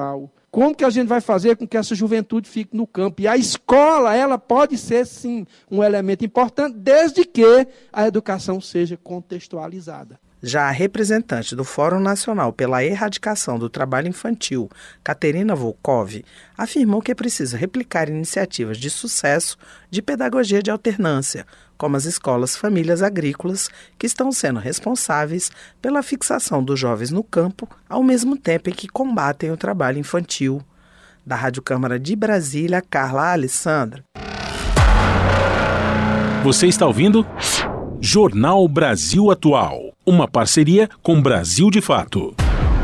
Como que a gente vai fazer com que essa juventude fique no campo? E a escola, ela pode ser, sim, um elemento importante, desde que a educação seja contextualizada.
Já a representante do Fórum Nacional pela Erradicação do Trabalho Infantil, Katerina Volkov, afirmou que é preciso replicar iniciativas de sucesso de pedagogia de alternância, como as escolas famílias agrícolas, que estão sendo responsáveis pela fixação dos jovens no campo, ao mesmo tempo em que combatem o trabalho infantil. Da Rádio Câmara de Brasília, Carla Alessandra.
Você está ouvindo? Jornal Brasil Atual. Uma parceria com Brasil de Fato.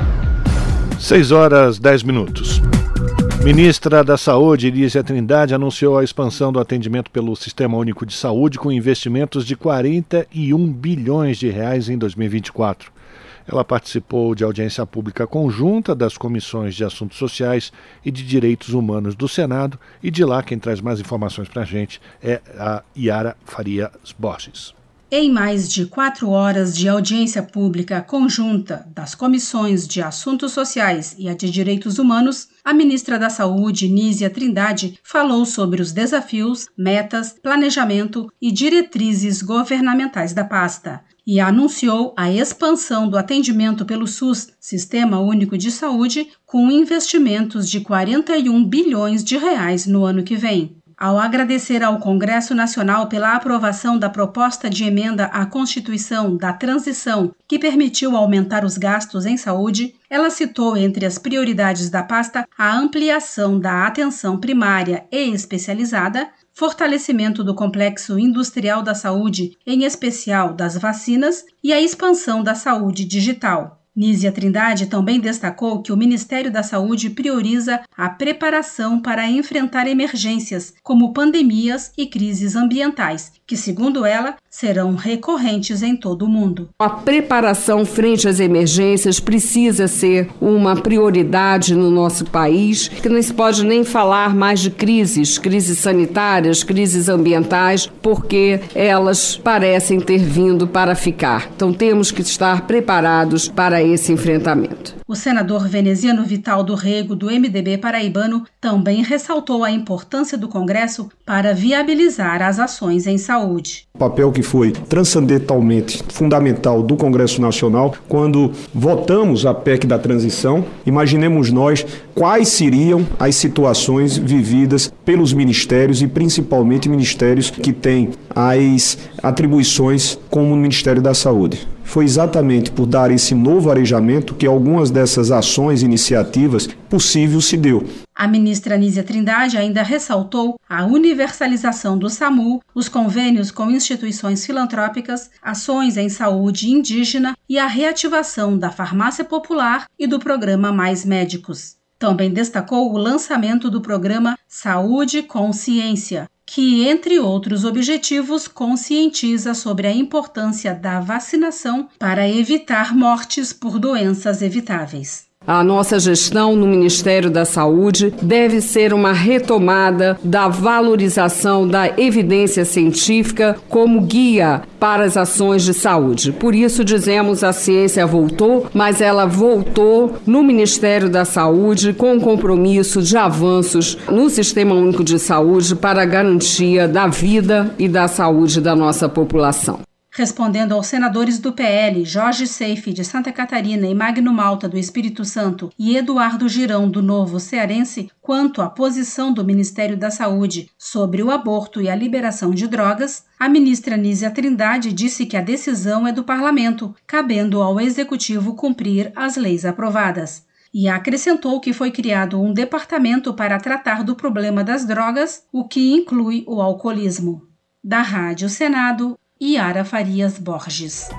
seis horas, dez minutos. Ministra da Saúde, Nízia Trindade, anunciou a expansão do atendimento pelo Sistema Único de Saúde com investimentos de quarenta e um bilhões de reais em dois mil e vinte e quatro. Ela participou de audiência pública conjunta das Comissões de Assuntos Sociais e de Direitos Humanos do Senado, e de lá quem traz mais informações para a gente é a Yara Farias Borges.
Em mais de quatro horas de audiência pública conjunta das Comissões de Assuntos Sociais e a de Direitos Humanos, a ministra da Saúde, Nízia Trindade, falou sobre os desafios, metas, planejamento e diretrizes governamentais da pasta e anunciou a expansão do atendimento pelo SUS, Sistema Único de Saúde, com investimentos de quarenta e um bilhões de reais no ano que vem. Ao agradecer ao Congresso Nacional pela aprovação da proposta de emenda à Constituição da Transição, que permitiu aumentar os gastos em saúde, ela citou entre as prioridades da pasta a ampliação da atenção primária e especializada, fortalecimento do complexo industrial da saúde, em especial das vacinas, e a expansão da saúde digital. Nízia Trindade também destacou que o Ministério da Saúde prioriza a preparação para enfrentar emergências, como pandemias e crises ambientais, que, segundo ela, serão recorrentes em todo o mundo.
A preparação frente às emergências precisa ser uma prioridade no nosso país, que não se pode nem falar mais de crises, crises sanitárias, crises ambientais, porque elas parecem ter vindo para ficar. Então temos que estar preparados para esse enfrentamento.
O senador veneziano Vital do Rego, do M D B paraibano, também ressaltou a importância do Congresso para viabilizar as ações em saúde.
O papel que foi transcendentalmente fundamental do Congresso Nacional quando votamos a P E C da transição. Imaginemos nós quais seriam as situações vividas pelos ministérios e principalmente ministérios que têm as atribuições como o Ministério da Saúde. Foi exatamente por dar esse novo arejamento que algumas dessas ações e iniciativas possível se deu.
A ministra Nízia Trindade ainda ressaltou a universalização do SAMU, os convênios com instituições filantrópicas, ações em saúde indígena e a reativação da farmácia popular e do programa Mais Médicos. Também destacou o lançamento do programa Saúde com Ciência, que, entre outros objetivos, conscientiza sobre a importância da vacinação para evitar mortes por doenças evitáveis.
A nossa gestão no Ministério da Saúde deve ser uma retomada da valorização da evidência científica como guia para as ações de saúde. Por isso dizemos a ciência voltou, mas ela voltou no Ministério da Saúde com compromisso de avanços no Sistema Único de Saúde para a garantia da vida e da saúde da nossa população.
Respondendo aos senadores do P L, Jorge Seife, de Santa Catarina, e Magno Malta, do Espírito Santo, e Eduardo Girão, do Novo Cearense, quanto à posição do Ministério da Saúde sobre o aborto e a liberação de drogas, a ministra Nízia Trindade disse que a decisão é do Parlamento, cabendo ao Executivo cumprir as leis aprovadas. E acrescentou que foi criado um departamento para tratar do problema das drogas, o que inclui o alcoolismo. Da Rádio Senado, Yara Farias Borges.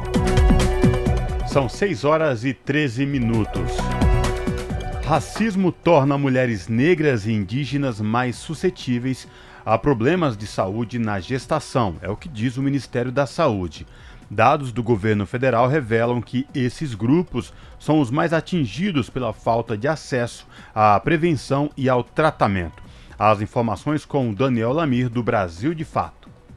São seis horas e treze minutos. Racismo torna mulheres negras e indígenas mais suscetíveis a problemas de saúde na gestação, é o que diz o Ministério da Saúde. Dados do governo federal revelam que esses grupos são os mais atingidos pela falta de acesso à prevenção e ao tratamento. As informações com Daniel Lamir, do Brasil de Fato.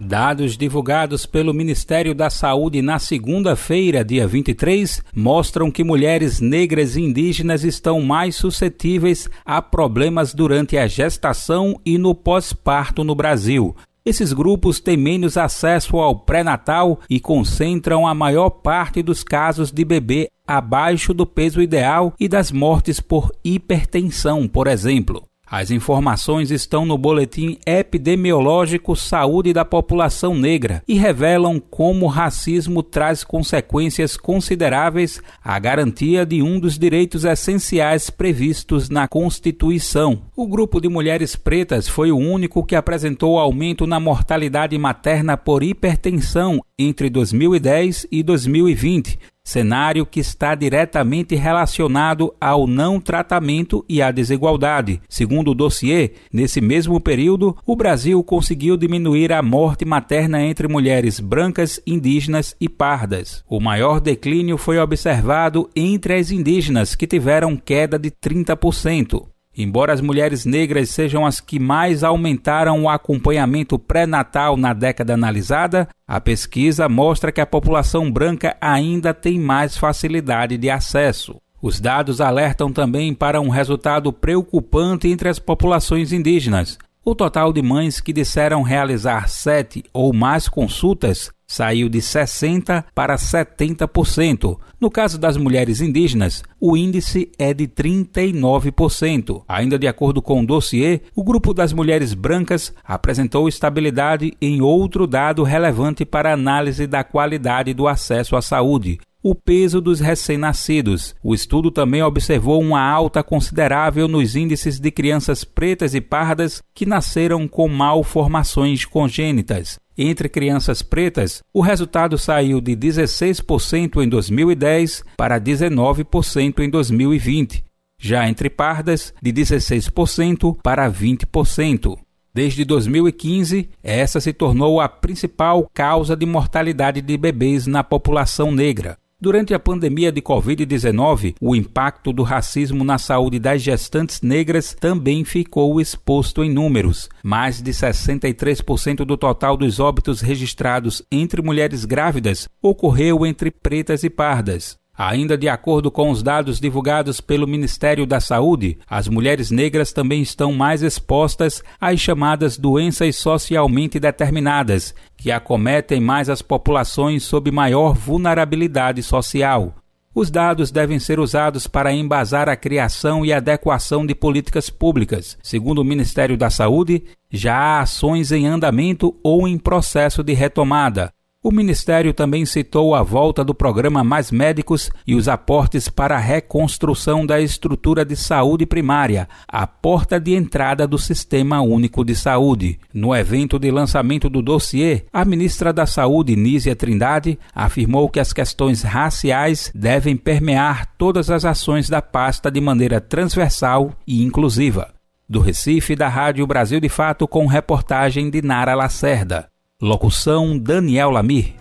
Dados divulgados pelo Ministério da Saúde na segunda-feira, dia vinte e três, mostram que mulheres negras e indígenas estão mais suscetíveis a problemas durante a gestação e no pós-parto no Brasil. Esses grupos têm menos acesso ao pré-natal e concentram a maior parte dos casos de bebê abaixo do peso ideal e das mortes por hipertensão, por exemplo. As informações estão no Boletim Epidemiológico Saúde da População Negra e revelam como o racismo traz consequências consideráveis à garantia de um dos direitos essenciais previstos na Constituição. O grupo de mulheres pretas foi o único que apresentou aumento na mortalidade materna por hipertensão entre dois mil e dez e dois mil e vinte, cenário que está diretamente relacionado ao não tratamento e à desigualdade. Segundo o dossiê, nesse mesmo período, o Brasil conseguiu diminuir a morte materna entre mulheres brancas, indígenas e pardas. O maior declínio foi observado entre as indígenas, que tiveram queda de trinta por cento. Embora as mulheres negras sejam as que mais aumentaram o acompanhamento pré-natal na década analisada, a pesquisa mostra que a população branca ainda tem mais facilidade de acesso. Os dados alertam também para um resultado preocupante entre as populações indígenas. O total de mães que disseram realizar sete ou mais consultas saiu de sessenta por cento para setenta por cento. No caso das mulheres indígenas, o índice é de trinta e nove por cento. Ainda de acordo com o dossiê, o grupo das mulheres brancas apresentou estabilidade em outro dado relevante para a análise da qualidade do acesso à saúde: o peso dos recém-nascidos. O estudo também observou uma alta considerável nos índices de crianças pretas e pardas que nasceram com malformações congênitas. Entre crianças pretas, o resultado saiu de dezesseis por cento em dois mil e dez para dezenove por cento em dois mil e vinte. Já entre pardas, de dezesseis por cento para vinte por cento. Desde dois mil e quinze, essa se tornou a principal causa de mortalidade de bebês na população negra. Durante a pandemia de covid dezenove, o impacto do racismo na saúde das gestantes negras também ficou exposto em números. Mais de sessenta e três por cento do total dos óbitos registrados entre mulheres grávidas ocorreu entre pretas e pardas. Ainda de acordo com os dados divulgados pelo Ministério da Saúde, as mulheres negras também estão mais expostas às chamadas doenças socialmente determinadas, que acometem mais as populações sob maior vulnerabilidade social. Os dados devem ser usados para embasar a criação e adequação de políticas públicas. Segundo o Ministério da Saúde, já há ações em andamento ou em processo de retomada. O Ministério também citou a volta do programa Mais Médicos e os aportes para a reconstrução da estrutura de saúde primária, a porta de entrada do Sistema Único de Saúde. No evento de lançamento do dossiê, a ministra da Saúde, Nízia Trindade, afirmou que as questões raciais devem permear todas as ações da pasta de maneira transversal e inclusiva. Do Recife, da Rádio Brasil de Fato, com reportagem de Nara Lacerda. Locução Daniel Lamir.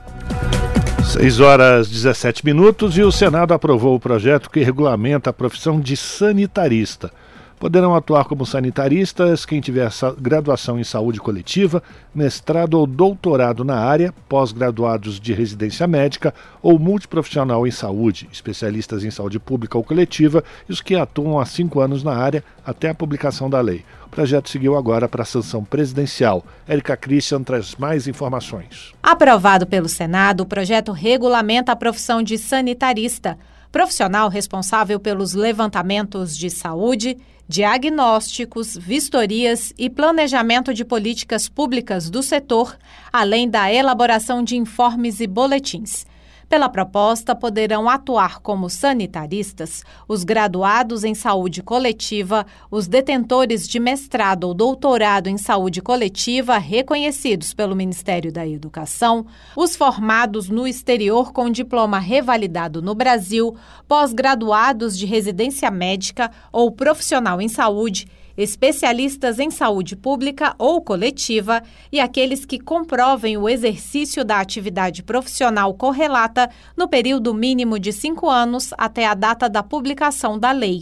seis horas e dezessete minutos e o Senado aprovou o projeto que regulamenta a profissão de sanitarista. Poderão atuar como sanitaristas quem tiver graduação em saúde coletiva, mestrado ou doutorado na área, pós-graduados de residência médica ou multiprofissional em saúde, especialistas em saúde pública ou coletiva e os que atuam há cinco anos na área até a publicação da lei. O projeto seguiu agora para a sanção presidencial. Érica Christian traz mais informações.
Aprovado pelo Senado, o projeto regulamenta a profissão de sanitarista, profissional responsável pelos levantamentos de saúde, diagnósticos, vistorias e planejamento de políticas públicas do setor, além da elaboração de informes e boletins. Pela proposta, poderão atuar como sanitaristas os graduados em saúde coletiva, os detentores de mestrado ou doutorado em saúde coletiva reconhecidos pelo Ministério da Educação, os formados no exterior com diploma revalidado no Brasil, pós-graduados de residência médica ou profissional em saúde, especialistas em saúde pública ou coletiva e aqueles que comprovem o exercício da atividade profissional correlata no período mínimo de cinco anos até a data da publicação da lei.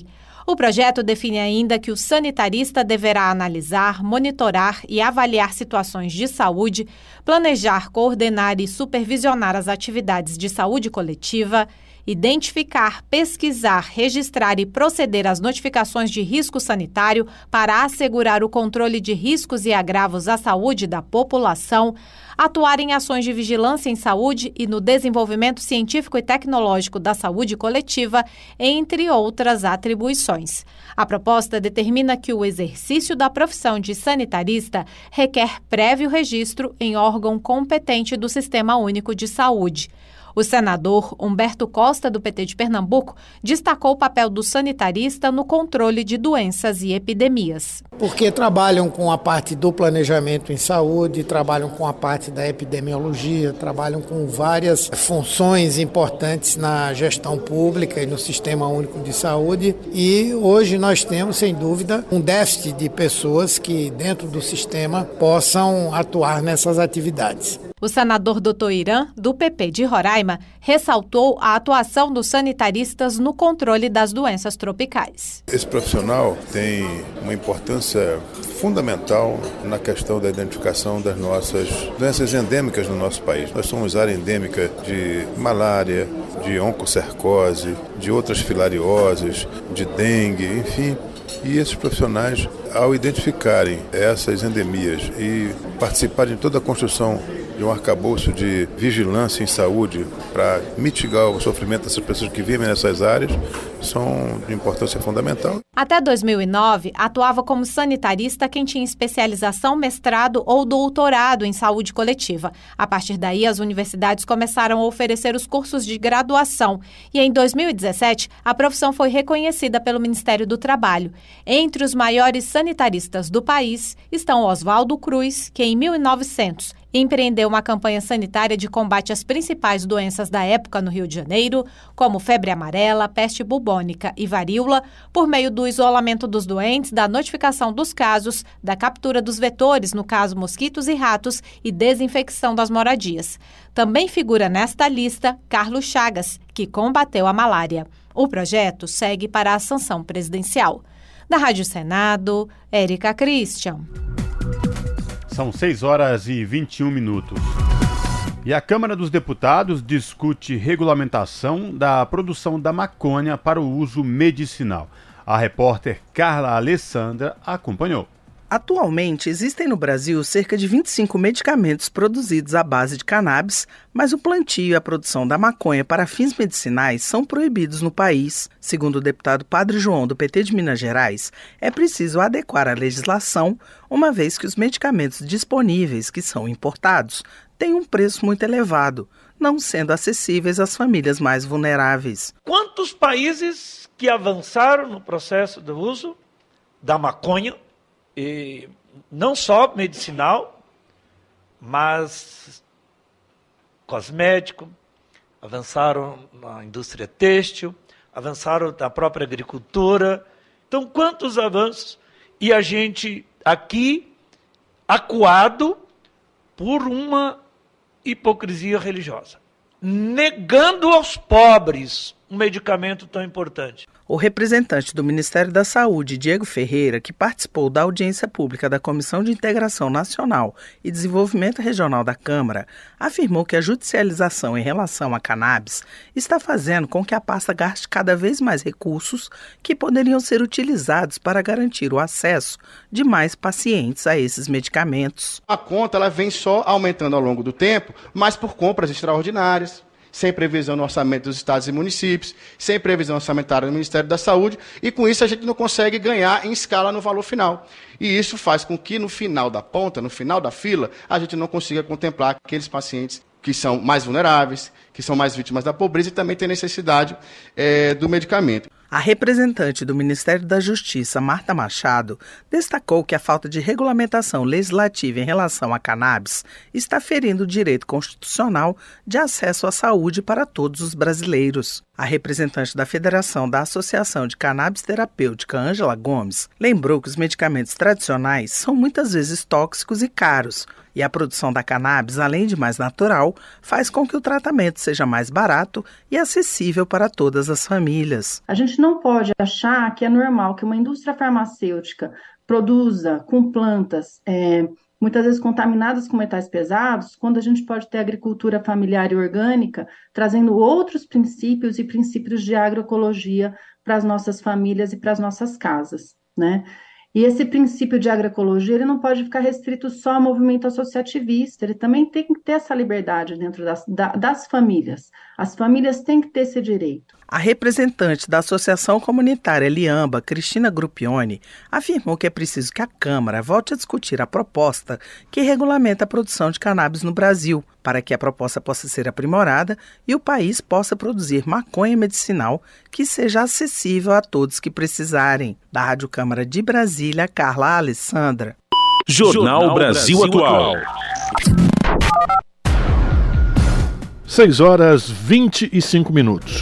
O projeto define ainda que o sanitarista deverá analisar, monitorar e avaliar situações de saúde, planejar, coordenar e supervisionar as atividades de saúde coletiva, identificar, pesquisar, registrar e proceder às notificações de risco sanitário para assegurar o controle de riscos e agravos à saúde da população, atuar em ações de vigilância em saúde e no desenvolvimento científico e tecnológico da saúde coletiva, entre outras atribuições. A proposta determina que o exercício da profissão de sanitarista requer prévio registro em órgão competente do Sistema Único de Saúde. O senador Humberto Costa, do P T de Pernambuco, destacou o papel do sanitarista no controle de doenças e epidemias.
Porque trabalham com a parte do planejamento em saúde, trabalham com a parte da epidemiologia, trabalham com várias funções importantes na gestão pública e no Sistema Único de Saúde. E hoje nós temos, sem dúvida, um déficit de pessoas que, dentro do sistema, possam atuar nessas atividades.
O senador doutor Irã, do P P de Roraima, ressaltou a atuação dos sanitaristas no controle das doenças tropicais.
Esse profissional tem uma importância fundamental na questão da identificação das nossas doenças endêmicas no nosso país. Nós somos área endêmica de malária, de oncocercose, de outras filarioses, de dengue, enfim. E esses profissionais, ao identificarem essas endemias e participarem de toda a construção de um arcabouço de vigilância em saúde para mitigar o sofrimento dessas pessoas que vivem nessas áreas, são de importância fundamental.
Até dois mil e nove, atuava como sanitarista quem tinha especialização, mestrado ou doutorado em saúde coletiva. A partir daí, as universidades começaram a oferecer os cursos de graduação e, em dois mil e dezessete, a profissão foi reconhecida pelo Ministério do Trabalho. Entre os maiores sanitaristas do país estão Oswaldo Cruz, que em mil e novecentos empreendeu uma campanha sanitária de combate às principais doenças da época no Rio de Janeiro, como febre amarela, peste bubônica e varíola, por meio do isolamento dos doentes, da notificação dos casos, da captura dos vetores, no caso mosquitos e ratos, e desinfecção das moradias. Também figura nesta lista Carlos Chagas, que combateu a malária. O projeto segue para a sanção presidencial. Da Rádio Senado, Érica Christian.
São seis horas e vinte e um minutos. E a Câmara dos Deputados discute regulamentação da produção da maconha para o uso medicinal. A repórter Carla Alessandra acompanhou.
Atualmente, existem no Brasil cerca de vinte e cinco medicamentos produzidos à base de cannabis, mas o plantio e a produção da maconha para fins medicinais são proibidos no país. Segundo o deputado Padre João, do P T de Minas Gerais, é preciso adequar a legislação, uma vez que os medicamentos disponíveis, que são importados, têm um preço muito elevado, não sendo acessíveis às famílias mais vulneráveis.
Quantos países que avançaram no processo do uso da maconha, e não só medicinal, mas cosmético, avançaram na indústria têxtil, avançaram na própria agricultura. Então, quantos avanços? E a gente aqui, acuado por uma hipocrisia religiosa, negando aos pobres um medicamento tão importante.
O representante do Ministério da Saúde, Diego Ferreira, que participou da audiência pública da Comissão de Integração Nacional e Desenvolvimento Regional da Câmara, afirmou que a judicialização em relação à cannabis está fazendo com que a pasta gaste cada vez mais recursos que poderiam ser utilizados para garantir o acesso de mais pacientes a esses medicamentos.
A conta ela vem só aumentando ao longo do tempo, mas por compras extraordinárias, sem previsão no orçamento dos estados e municípios, sem previsão orçamentária do Ministério da Saúde, e com isso a gente não consegue ganhar em escala no valor final. E isso faz com que no final da ponta, no final da fila, a gente não consiga contemplar aqueles pacientes que são mais vulneráveis, que são mais vítimas da pobreza e também têm necessidade é, do medicamento.
A representante do Ministério da Justiça, Marta Machado, destacou que a falta de regulamentação legislativa em relação à cannabis está ferindo o direito constitucional de acesso à saúde para todos os brasileiros. A representante da Federação da Associação de Cannabis Terapêutica, Ângela Gomes, lembrou que os medicamentos tradicionais são muitas vezes tóxicos e caros E a produção da cannabis, além de mais natural, faz com que o tratamento seja mais barato e acessível para todas as famílias.
A gente não pode achar que é normal que uma indústria farmacêutica produza com plantas é, muitas vezes contaminadas com metais pesados, quando a gente pode ter agricultura familiar e orgânica, trazendo outros princípios e princípios de agroecologia para as nossas famílias e para as nossas casas, né? E esse princípio de agroecologia, ele não pode ficar restrito só ao movimento associativista, ele também tem que ter essa liberdade dentro das, da, das famílias. As famílias têm que ter esse direito.
A representante da Associação Comunitária Liamba, Cristina Gruppioni, afirmou que é preciso que a Câmara volte a discutir a proposta que regulamenta a produção de cannabis no Brasil, para que a proposta possa ser aprimorada e o país possa produzir maconha medicinal que seja acessível a todos que precisarem. Da Rádio Câmara de Brasília, Carla Alessandra.
Jornal, Jornal Brasil, Brasil Atual.
seis horas e vinte e cinco minutos.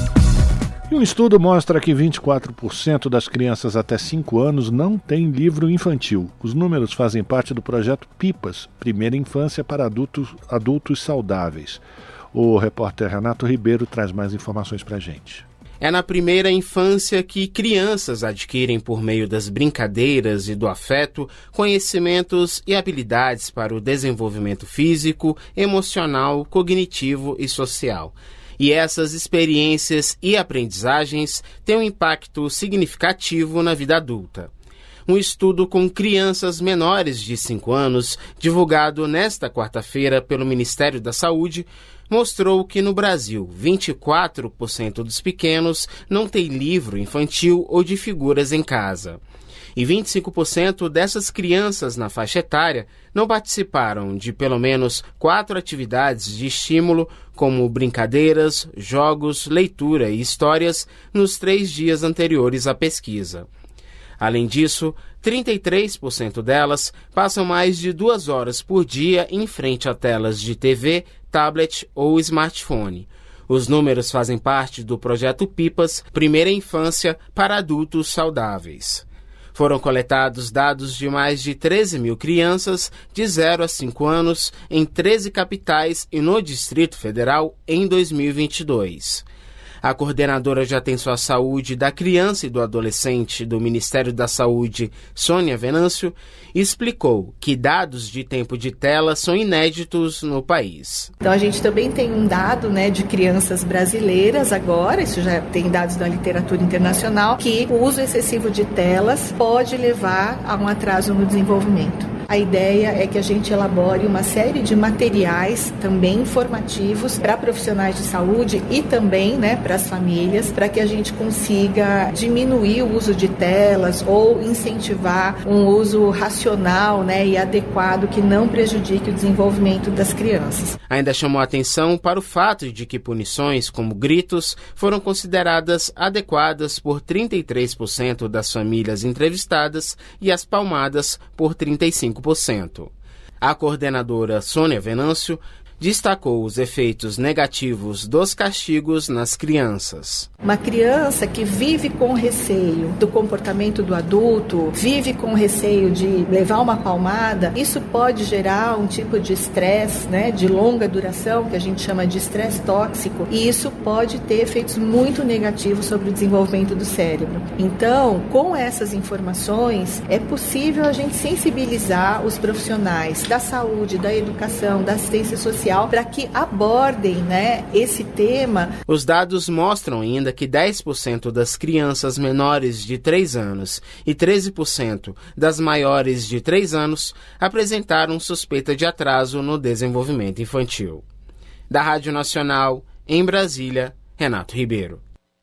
Um estudo mostra que vinte e quatro por cento das crianças até cinco anos não têm livro infantil. Os números fazem parte do projeto PIPAS, Primeira Infância para Adultos, Adultos Saudáveis. O repórter Renato Ribeiro traz mais informações para a gente.
É na primeira infância que crianças adquirem, por meio das brincadeiras e do afeto, conhecimentos e habilidades para o desenvolvimento físico, emocional, cognitivo e social. E essas experiências e aprendizagens têm um impacto significativo na vida adulta. Um estudo com crianças menores de cinco anos, divulgado nesta quarta-feira pelo Ministério da Saúde, mostrou que no Brasil vinte e quatro por cento dos pequenos não têm livro infantil ou de figuras em casa. E vinte e cinco por cento dessas crianças na faixa etária não participaram de pelo menos quatro atividades de estímulo, como brincadeiras, jogos, leitura e histórias, nos três dias anteriores à pesquisa. Além disso, trinta e três por cento delas passam mais de duas horas por dia em frente a telas de T V, tablet ou smartphone. Os números fazem parte do projeto PIPAS, Primeira Infância para Adultos Saudáveis. Foram coletados dados de mais de treze mil crianças de zero a cinco anos em treze capitais e no Distrito Federal em dois mil e vinte e dois. A coordenadora de atenção à saúde da criança e do adolescente do Ministério da Saúde, Sônia Venâncio, explicou que dados de tempo de tela são inéditos no país.
Então a gente também tem um dado, né, de crianças brasileiras agora, isso já tem dados da literatura internacional, que o uso excessivo de telas pode levar a um atraso no desenvolvimento. A ideia é que a gente elabore uma série de materiais também informativos para profissionais de saúde e também, né, para as famílias, para que a gente consiga diminuir o uso de telas ou incentivar um uso racional, né, e adequado que não prejudique o desenvolvimento das crianças.
Ainda chamou a atenção para o fato de que punições como gritos foram consideradas adequadas por trinta e três por cento das famílias entrevistadas e as palmadas por trinta e cinco por cento. A coordenadora Sônia Venâncio destacou os efeitos negativos dos castigos nas crianças.
Uma criança que vive com receio do comportamento do adulto, vive com receio de levar uma palmada, isso pode gerar um tipo de estresse, né, de longa duração, que a gente chama de estresse tóxico, e isso pode ter efeitos muito negativos sobre o desenvolvimento do cérebro. Então, com essas informações, é possível a gente sensibilizar os profissionais da saúde, da educação, da assistência social, para que abordem, né, esse tema.
Os dados mostram ainda que dez por cento das crianças menores de três anos e treze por cento das maiores de três anos apresentaram suspeita de atraso no desenvolvimento infantil. Da Rádio Nacional, em Brasília, Renato Ribeiro.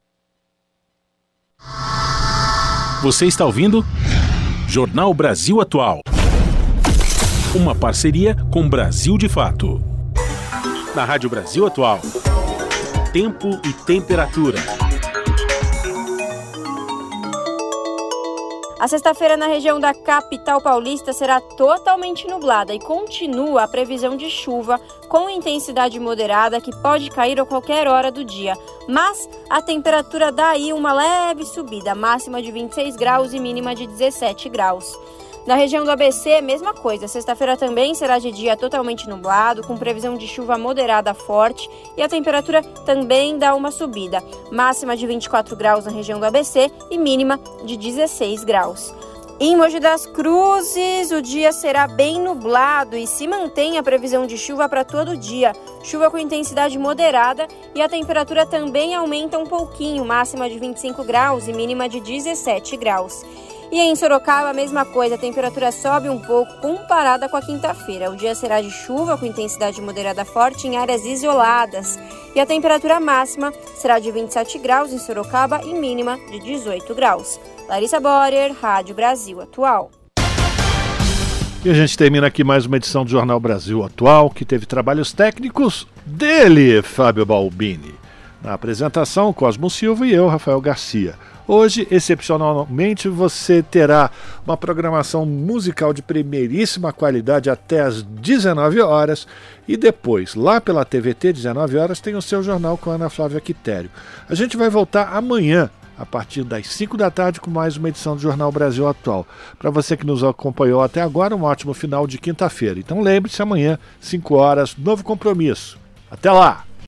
Você está ouvindo? Jornal Brasil Atual. Uma parceria com Brasil de Fato. Na Rádio Brasil Atual, tempo e temperatura.
A sexta-feira na região da capital paulista será totalmente nublada e continua a previsão de chuva com intensidade moderada que pode cair a qualquer hora do dia. Mas a temperatura dá aí uma leve subida, máxima de vinte e seis graus e mínima de dezessete graus. Na região do A B C, mesma coisa. Sexta-feira também será de dia totalmente nublado, com previsão de chuva moderada forte, e a temperatura também dá uma subida. Máxima de vinte e quatro graus na região do A B C e mínima de dezesseis graus. Em Mogi das Cruzes, o dia será bem nublado e se mantém a previsão de chuva para todo o dia. Chuva com intensidade moderada e a temperatura também aumenta um pouquinho, máxima de vinte e cinco graus e mínima de dezessete graus. E em Sorocaba, a mesma coisa, a temperatura sobe um pouco comparada com a quinta-feira. O dia será de chuva com intensidade moderada forte em áreas isoladas. E a temperatura máxima será de vinte e sete graus em Sorocaba e mínima de dezoito graus. Larissa Borer, Rádio Brasil Atual.
E a gente termina aqui mais uma edição do Jornal Brasil Atual, que teve trabalhos técnicos dele, Fábio Balbini. Na apresentação, Cosmo Silva e eu, Rafael Garcia. Hoje, excepcionalmente, você terá uma programação musical de primeiríssima qualidade até às dezenove horas e depois, lá pela T V T, dezenove horas, tem o seu jornal com a Ana Flávia Quitério. A gente vai voltar amanhã, a partir das cinco da tarde, com mais uma edição do Jornal Brasil Atual. Para você que nos acompanhou até agora, um ótimo final de quinta-feira. Então lembre-se, amanhã, cinco horas, novo compromisso. Até lá!